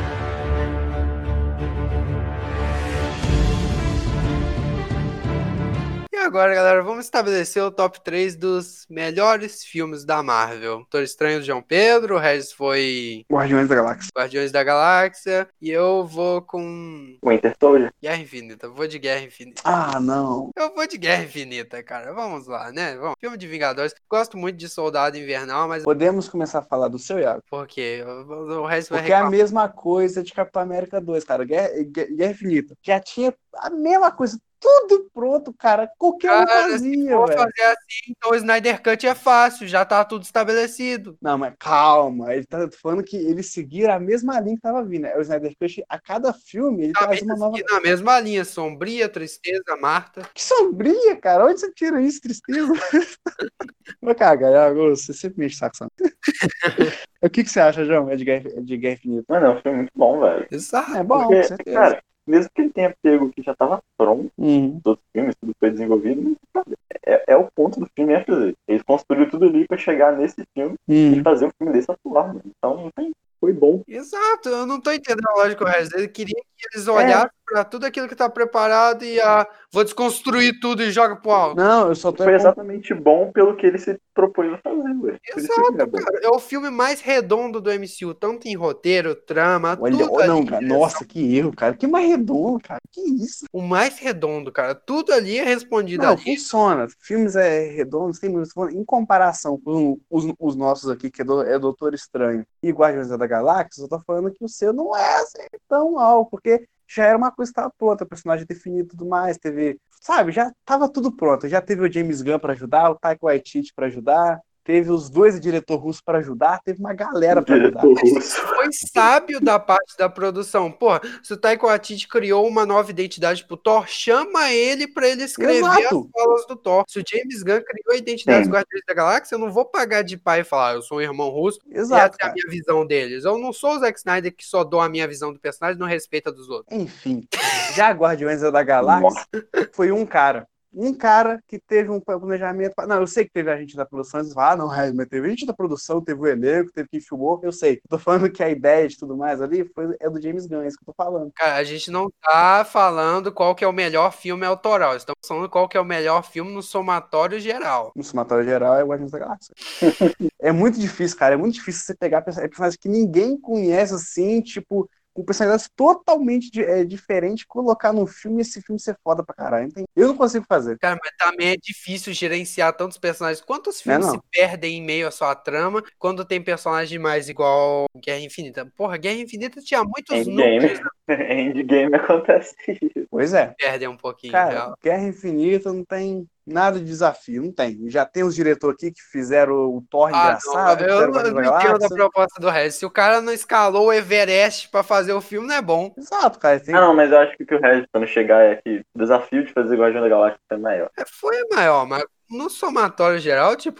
E agora, galera, vamos estabelecer o top 3 dos melhores filmes da Marvel. Doutor Estranho do João Pedro, o Regis foi Guardiões da Galáxia. Guardiões da Galáxia, e eu vou com Winter Soldier. Guerra Infinita. Vou de Guerra Infinita. Não. Eu vou de Guerra Infinita, cara. Vamos lá, né? Vamos. Filme de Vingadores. Gosto muito de Soldado Invernal, mas Podemos começar a falar do seu, Iago. por quê? O resto vai Porque é a reclamar. mesma coisa de Capitão América 2, cara. Guerra Infinita. Já tinha a mesma coisa. Tudo pronto, cara. Qualquer um Cara, se fazia, for velho. fazer assim, então o Snyder Cut é fácil, já tá tudo estabelecido. Não, mas calma. Ele tá falando que eles seguiram a mesma linha que tava vindo. É o Snyder Cut, a cada filme, ele traz uma nova... E na mesma linha, Sombria, Tristeza, Marta. Que sombria, cara. Onde você tira isso, tristeza? Vai cagar, Iago. Você sempre me enche o saco. Sabe? O que você acha, João? É de Guerra Infinita? Mano, é um filme muito bom, velho. Exato. É bom, Porque, com certeza. cara, mesmo que ele tenha pego que já tava pronto, Uhum. todos os filmes, tudo foi desenvolvido, mas, sabe, é o ponto do filme é fazer. Eles construíram tudo ali pra chegar nesse filme e fazer um filme desse atuar, mano. Então, não tem... Foi bom. Exato, eu não tô entendendo a lógica do resto. Ele queria que eles olhassem pra tudo aquilo que tá preparado e vou desconstruir tudo e joga pro alto. Não, eu só tô... Foi exatamente bom pelo que ele se propôs a fazer, ué. Por isso que Exato, é bom. cara. É o filme mais redondo do MCU, tanto em roteiro, trama, Olha, tudo ali. não, cara. Nossa, que erro, cara. Que mais redondo, cara. Que isso? O mais redondo, cara. Tudo ali é respondido Não, ali. funciona. Filmes redondos, tem muitos. Em comparação com os nossos aqui, que é Doutor Estranho e Guardiões da Galáxia, eu tô falando que o seu não é assim tão mal, porque já era uma coisa que estava pronta, o personagem definido e tudo mais, teve, sabe, já tava tudo pronto, já teve o James Gunn para ajudar, o Taika Waititi para ajudar, teve os dois diretor russo para ajudar, teve uma galera para ajudar. Diretor russo. Foi sábio da parte da produção. Porra, se o Taika Waititi criou uma nova identidade pro Thor, chama ele pra ele escrever Exato. as falas do Thor. Se o James Gunn criou a identidade dos Sim. Guardiões da Galáxia, eu não vou pagar de pai e falar, eu sou um irmão russo, Exato, essa é a cara. minha visão deles. Eu não sou o Zack Snyder que só dou a minha visão do personagem e não respeita a dos outros. Enfim, já Guardiões da Galáxia foi um cara que teve um planejamento. Não, eu sei que teve a gente da produção, eles falam, não, mas teve a gente da produção, teve o elenco, teve quem filmou, eu sei. Eu tô falando que a ideia de tudo mais ali é do James Gunn, é isso que eu tô falando. Cara, a gente não tá falando qual que é o melhor filme autoral, estamos falando qual que é o melhor filme no somatório geral. No somatório geral é o Guardiões da Galáxia. É muito difícil, cara, é muito difícil você pegar personagens que ninguém conhece assim, tipo, com personalidades totalmente diferentes, colocar num filme e esse filme ser foda pra caralho. Eu não consigo fazer. Cara, mas também é difícil gerenciar tantos personagens. Quantos Não é filmes não. se perdem em meio à sua trama quando tem personagem demais igual Guerra Infinita? Porra, Guerra Infinita tinha muitos núcleos. Endgame acontece isso. Pois é. Perdem um pouquinho, Cara, real. Guerra Infinita não tem nada de desafio, não tem. Já tem os diretores aqui que fizeram o Thor engraçado, não, fizeram eu o Guardiões da não entendo a Galáxia. proposta do resto. Se o cara não escalou o Everest pra fazer o filme, não é bom. Exato, cara. Tem... Ah, não, mas eu acho que o que o Regis, quando chegar, é que o desafio de fazer Guardião da Galáxia é maior. Foi maior, mas no somatório geral, tipo,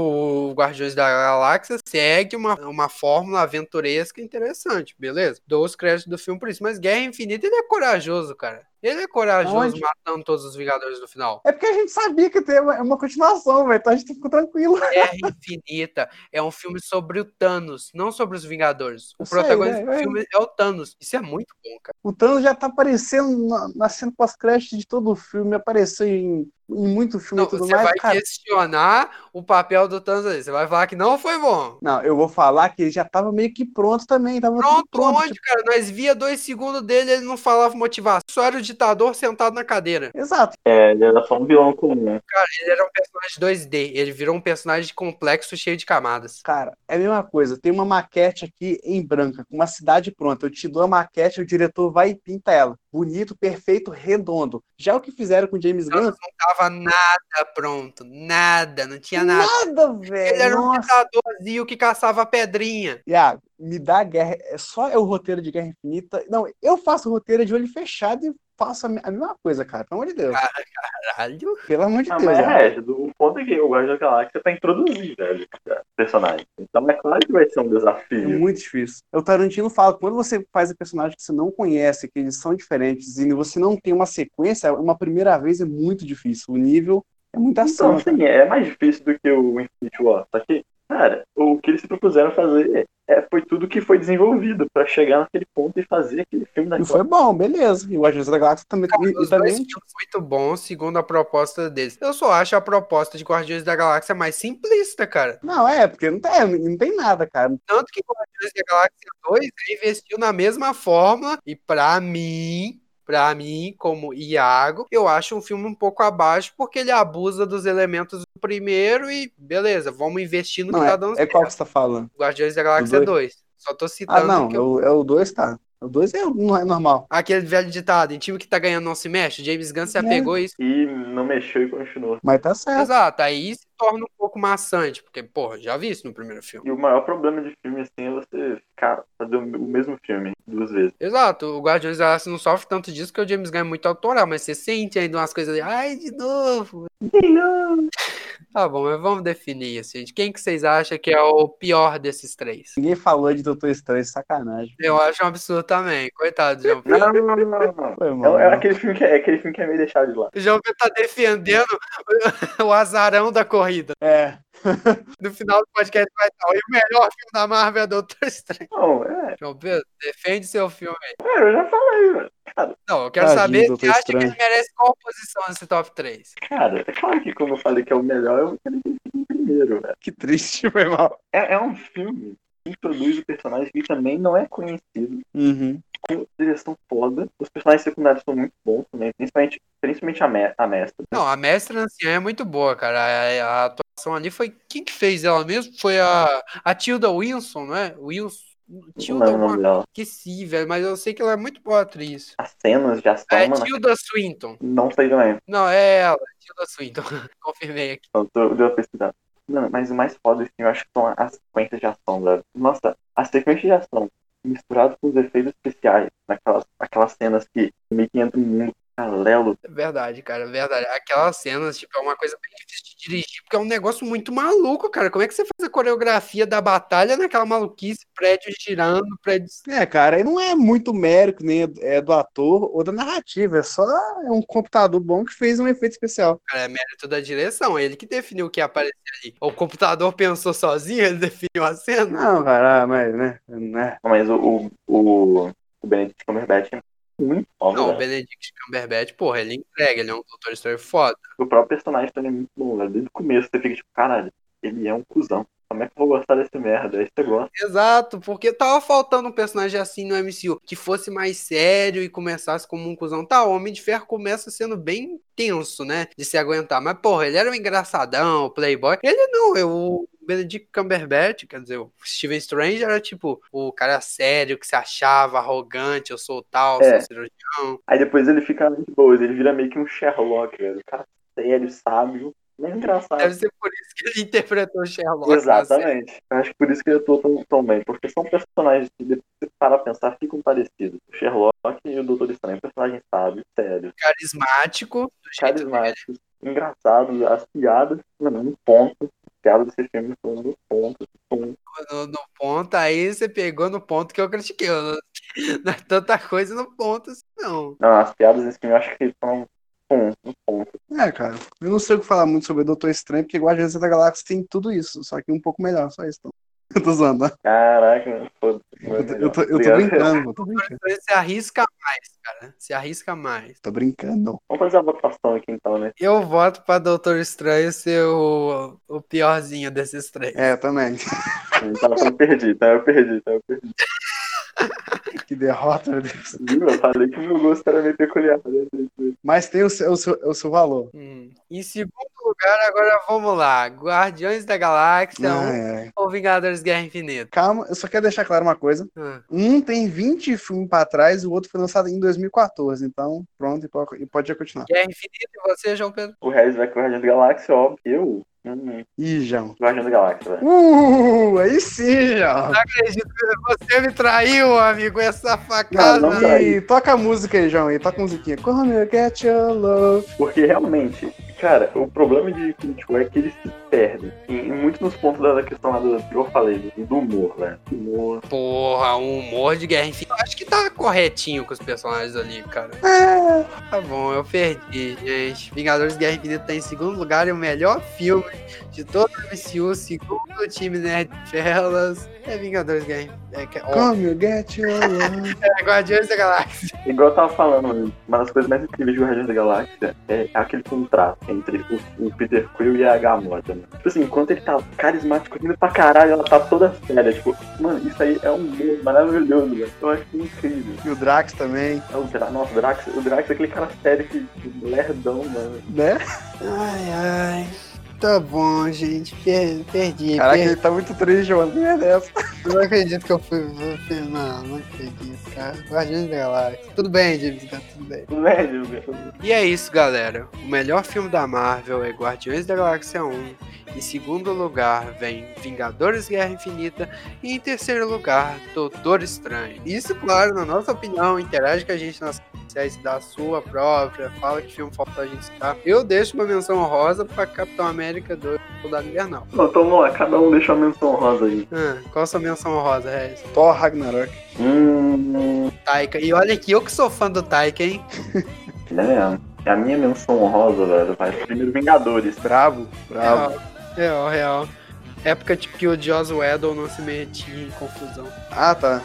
o Guardiões da Galáxia segue uma fórmula aventuresca interessante, beleza? Dou os créditos do filme por isso, mas Guerra Infinita, ele é corajoso, cara. Ele é corajoso Aonde? matando todos os Vingadores no final. É porque a gente sabia que tem uma continuação, velho, então a gente ficou tranquilo. Guerra Infinita é um filme sobre o Thanos, não sobre os Vingadores. O Eu sei, protagonista né? do filme é o Thanos. Isso é muito bom, cara. O Thanos já tá aparecendo na cena pós-crédito de todo o filme, apareceu em muito filme Não, e tudo você mais. vai Cara, questionar o papel do Thanos ali. Você vai falar que não foi bom. não, eu vou falar que ele já tava meio que pronto também. Tava tudo Pronto, pronto. onde, cara? Nós via 2 segundos dele, ele não falava motivação. Só era o ditador sentado na cadeira. Exato. É, ele era só um vilão comum. Cara, ele era um personagem 2D. Ele virou um personagem complexo, cheio de camadas. Cara, é a mesma coisa. Tem uma maquete aqui em branca, com uma cidade pronta. Eu te dou a maquete, o diretor vai e pinta ela. Bonito, perfeito, redondo. Já o que fizeram com James Gunn... Não tava nada pronto. Nada, não tinha nada. Nada, velho. Ele era um Nossa. ditadorzinho que caçava pedrinha. Iago, me dá guerra. Só é o roteiro de Guerra Infinita. Não, eu faço o roteiro de olho fechado e faço a mesma coisa, cara. Pelo amor de Deus. Caralho. Pelo amor de Ah, Deus. mas Iago. o ponto é que o Guardião da Galáxia pra introduzir, velho, personagem. Então é claro que vai ser um É desafio. muito difícil. O Tarantino fala, quando você faz a personagem que você não conhece, que eles são diferentes, e você não tem uma sequência, uma primeira vez é muito difícil. O nível é muito acima. Então, sim, é mais difícil do que o Infinity War. Só que, cara, o que eles se propuseram fazer foi tudo que foi desenvolvido pra chegar naquele ponto e fazer aquele filme E daquela. foi bom, beleza. E o Guardiões da Galáxia também. Cara, e os também dois filmes muito bons, segundo a proposta deles. Eu só acho a proposta de Guardiões da Galáxia mais simplista, cara. não, porque não tem nada, cara. Tanto que Guardiões da Galáxia 2 investiu na mesma fórmula e pra mim, como Iago, eu acho um filme um pouco abaixo porque ele abusa dos elementos do primeiro e beleza, vamos investir no Não, que tá dando é certo. qual que você tá falando? Guardiões da Galáxia Do 2. Só tô Ah, citando não, que é o 2, tá. O 2 não é normal. aquele velho ditado, em time que tá ganhando não se mexe, o James Gunn se apegou a isso. E não mexeu e continuou. Mas tá certo. Exato, aí se torna um pouco maçante, porque, porra, já vi isso no primeiro filme. E o maior problema de filme assim é você, cara, fazer o mesmo filme 2 vezes. Exato, o Guardiões da Galáxia não sofre tanto disso porque o James Gunn é muito autoral, mas você sente ainda umas coisas ali, ai, de novo. Não. Tá bom, mas vamos definir isso, gente. Quem que vocês acham que é o pior desses três? Ninguém falou de Doutor Estranho, sacanagem. Eu acho um absurdo também, coitado do João Não, Pedro. não, não, não. Foi mal. É aquele filme que é meio deixado de lado. O João Pedro tá defendendo o azarão da corrida. É. No final do podcast vai estar, e o melhor filme da Marvel é Doutor Estranho. Não, João Pedro, defende seu filme aí. eu já falei, velho. Não, eu quero Tadinho, saber se Doutor acha Estranho. que ele merece qual posição nesse top 3. Cara, é claro que como eu falei que é o melhor, eu quero que ele fique em primeiro, velho. Que triste, foi mal. É um filme que introduz o personagem que também não é conhecido, Uhum. com direção foda. Os personagens secundários são muito bons também, principalmente a mestra. Não, a Mestra Anciã é muito boa, cara. A atuação ali foi... Quem que fez ela mesmo? Foi a Tilda Wilson, não é? Não lembro o nome dela. Esqueci, velho, mas eu sei que ela é muito boa atriz. As cenas de ação, É mano, Tilda Swinton. não sei também. Não, é ela, Tilda Swinton. Confirmei aqui. Eu dei uma pesquisada. Não, mas o mais foda, assim, eu acho que são as sequências de ação, velho. Nossa, as sequências de ação misturadas com os efeitos especiais, aquelas cenas que meio que entra um mundo paralelo. É verdade, cara, é verdade. Aquelas cenas, tipo, é uma coisa bem difícil de dirigir, porque é um negócio muito maluco, cara. Como é que você faz a coreografia da batalha naquela maluquice, prédio girando, prédio... Cara, e não é muito mérito nem do ator ou da narrativa, é só um computador bom que fez um efeito especial. Cara, é mérito da direção, ele que definiu o que ia aparecer ali. O computador pensou sozinho, ele definiu a cena? Não, cara, mas, né? Mas o Benedict Cumberbatch é muito foda, Não, o velho. Benedict Cumberbatch, porra, ele entrega, ele é um Doutor Estranho foda. O próprio personagem também é muito bom, velho. Desde o começo você fica tipo, caralho, ele é um cuzão. Como é que eu vou gostar desse merda? Aí você gosta. Exato, porque tava faltando um personagem assim no MCU, que fosse mais sério e começasse como um cuzão. Tá, o Homem de Ferro começa sendo bem tenso, né, de se aguentar. Mas, porra, ele era um engraçadão, playboy. Ele não, o Benedict Cumberbatch, quer dizer, o Stephen Strange era tipo o cara sério, que se achava arrogante, eu sou tal, sou cirurgião. Aí depois ele fica muito boa, ele vira meio que um Sherlock, velho. O cara sério, sábio, bem engraçado. Deve ser por isso que ele interpretou o Sherlock. Exatamente. Eu acho que por isso que ele atuou tão bem, porque são personagens que, depois que você parar pra pensar, ficam parecidos. O Sherlock e o Doutor Estranho, personagem sábio, sério. Carismático. Carismáticos, engraçados, as piadas, mano, no ponto. As piadas desse filme foram no ponto. No ponto, aí você pegou no ponto que eu critiquei. Não é tanta coisa no ponto assim, não. Não, as piadas desse filme eu acho que estão no ponto. Cara, eu não sei o que falar muito sobre o Doutor Estranho, porque Guardiões da Galáxia tem tudo isso, só que um pouco melhor, só isso. Então. Eu tô zoando, né? Caraca, foda-se. Eu tô brincando, tô brincando. Se arrisca mais, cara. Se arrisca mais. Tô brincando. Vamos fazer a votação aqui então, né? Eu voto pra Doutor Estranho ser o piorzinho desses três. Eu também. Então eu perdi. Que derrota, meu Deus. Viu? Eu falei que o meu gosto era meio peculiar. Mas tem o seu valor. Em segundo lugar, agora vamos lá. Guardiões da Galáxia 1 ou Vingadores Guerra Infinita? Calma, eu só quero deixar claro uma coisa. Um tem 20 filmes pra trás e o outro foi lançado em 2014. Então, pronto, e pode já continuar. Guerra Infinita e você, João Pedro? O Regis vai com o Guardião da Galáxia, óbvio. Eu? Ih, João. Guardião da Galáxia, velho. Aí sim, João. Não acredito que você me traiu, amigo, essa facada. Não traí. E toca a música aí, João. E toca a musiquinha. Come you get your love. Porque realmente, cara, o problema de Infinity War é que eles se perdem. Muito nos pontos da questão lá do que eu falei, do humor, velho. Humor. Porra, o humor de Guerra Infinita. Eu acho que tá corretinho com os personagens ali, cara. Tá bom, eu perdi, gente. Vingadores Guerra Infinita tá em segundo lugar e o melhor filme de todo o MCU, segundo o time Nerd Fellas, é Vingadores Guerra Infinita. Come you get your love. Guardiões da Galáxia. Igual eu tava falando, uma das coisas mais incríveis de Guardiões da Galáxia é aquele contraste entre o Peter Quill e a Gamora, né? Tipo assim, enquanto ele tá carismático rindo pra caralho, ela tá toda séria. Tipo, mano, isso aí é um humor maravilhoso, velho. Eu acho incrível. E o Drax também. Nossa, o Drax é aquele cara sério que lerdão, mano. Né? Ai. Tá bom, gente. Perdi. Caraca, ele tá muito triste, mano. Que merda é essa? Eu não acredito que eu fui. Não acredito, cara. Guardiões da Galáxia. Tudo bem, James, tá tudo bem. E é isso, galera. O melhor filme da Marvel é Guardiões da Galáxia 1. Em segundo lugar vem Vingadores Guerra Infinita. E em terceiro lugar, Doutor Estranho. Isso, claro, na nossa opinião. Interage com a gente nas redes sociais da sua própria. Fala que filme falta a gente citar. Eu deixo uma menção honrosa pra Capitão América 2 Soldado Invernal. Não, então vamos lá, cada um deixa uma menção honrosa aí. Qual a sua menção honrosa, Regis? Thor Ragnarok. Taika. E olha aqui, eu que sou fã do Taika, hein? É mesmo. A minha menção honrosa, velho, vai pro primeiro Vingadores. Bravo. Real. Época tipo que o Joss Whedon não se metia em confusão. Ah, tá.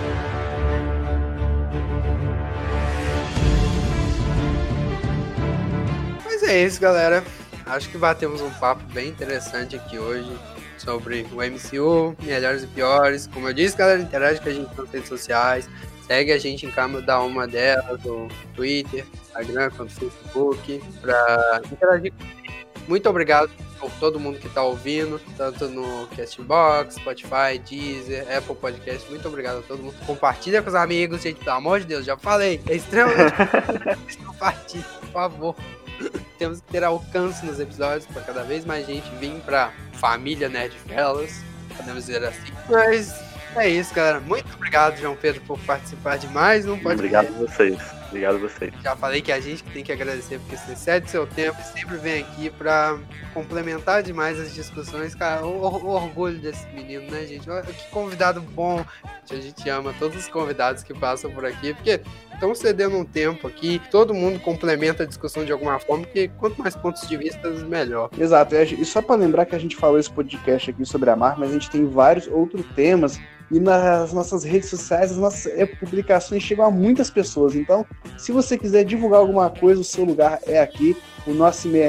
Mas é isso, galera. Acho que batemos um papo bem interessante aqui hoje sobre o MCU, melhores e piores. Como eu disse, galera, interage com a gente nas redes sociais. Segue a gente em cada uma delas, no Twitter, Instagram, no Facebook, pra interagir com a gente. Muito obrigado por por todo mundo que tá ouvindo, tanto no Castbox, Spotify, Deezer, Apple Podcast. Muito obrigado a todo mundo. Compartilha com os amigos, gente, pelo amor de Deus, já falei. É extremamente importante. Compartilha, por favor. Temos que ter alcance nos episódios para cada vez mais gente vir pra família Nerd Fellas, podemos dizer assim. Mas é isso, galera. Muito obrigado, João Pedro, por participar de mais um podcast. Obrigado a vocês. Obrigado a vocês. Já falei que a gente tem que agradecer, porque você cede seu tempo e sempre vem aqui pra complementar demais as discussões. Cara, o orgulho desse menino, né, gente? Olha que convidado bom. A gente ama todos os convidados que passam por aqui, porque estão cedendo um tempo aqui. Todo mundo complementa a discussão de alguma forma, porque quanto mais pontos de vista, melhor. Exato. E só pra lembrar que a gente falou esse podcast aqui sobre a Marvel, mas a gente tem vários outros temas. E nas nossas redes sociais, as nossas publicações chegam a muitas pessoas. Então, se você quiser divulgar alguma coisa, o seu lugar é aqui. O nosso e-mail é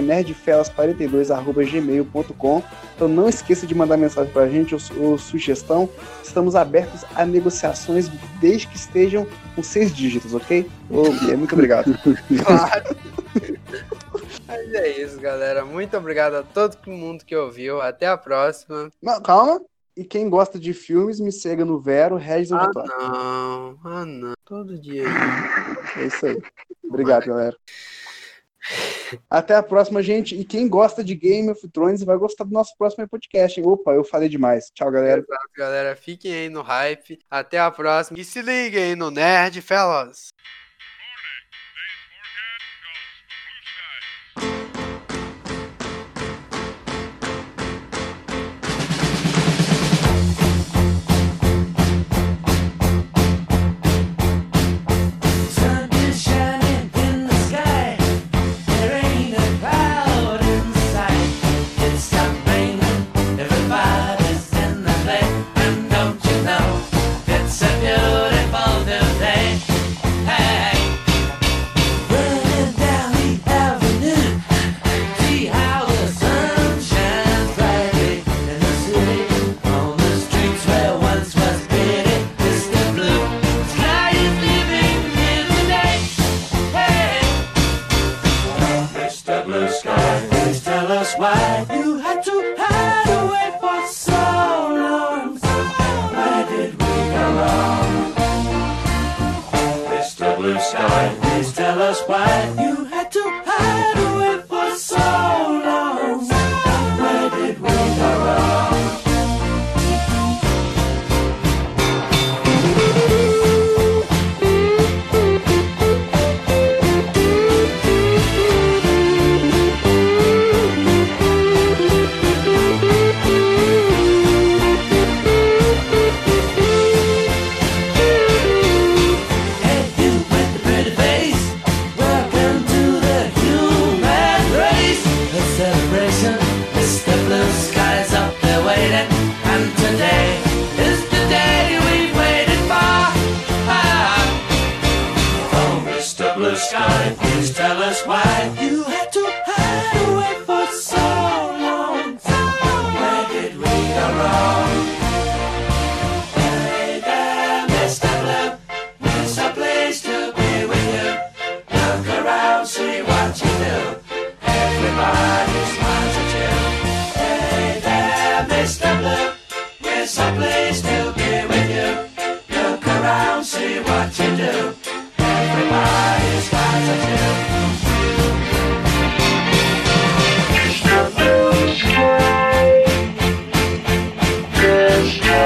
nerdfelas42@gmail.com. Então não esqueça de mandar mensagem pra gente ou sugestão. Estamos abertos a negociações desde que estejam com 6 dígitos, ok? Muito obrigado. Claro. Mas é isso, galera. Muito obrigado a todo mundo que ouviu. Até a próxima. Não, calma. E quem gosta de filmes, me segue no Vero, Regis Auditório. Não. Todo dia. É isso aí. Obrigado, galera. Até a próxima, gente. E quem gosta de Game of Thrones vai gostar do nosso próximo podcast, hein? Opa, eu falei demais. Tchau, galera. Exato, galera. Fiquem aí no hype. Até a próxima. E se liguem aí no Nerd Fellas. Everybody's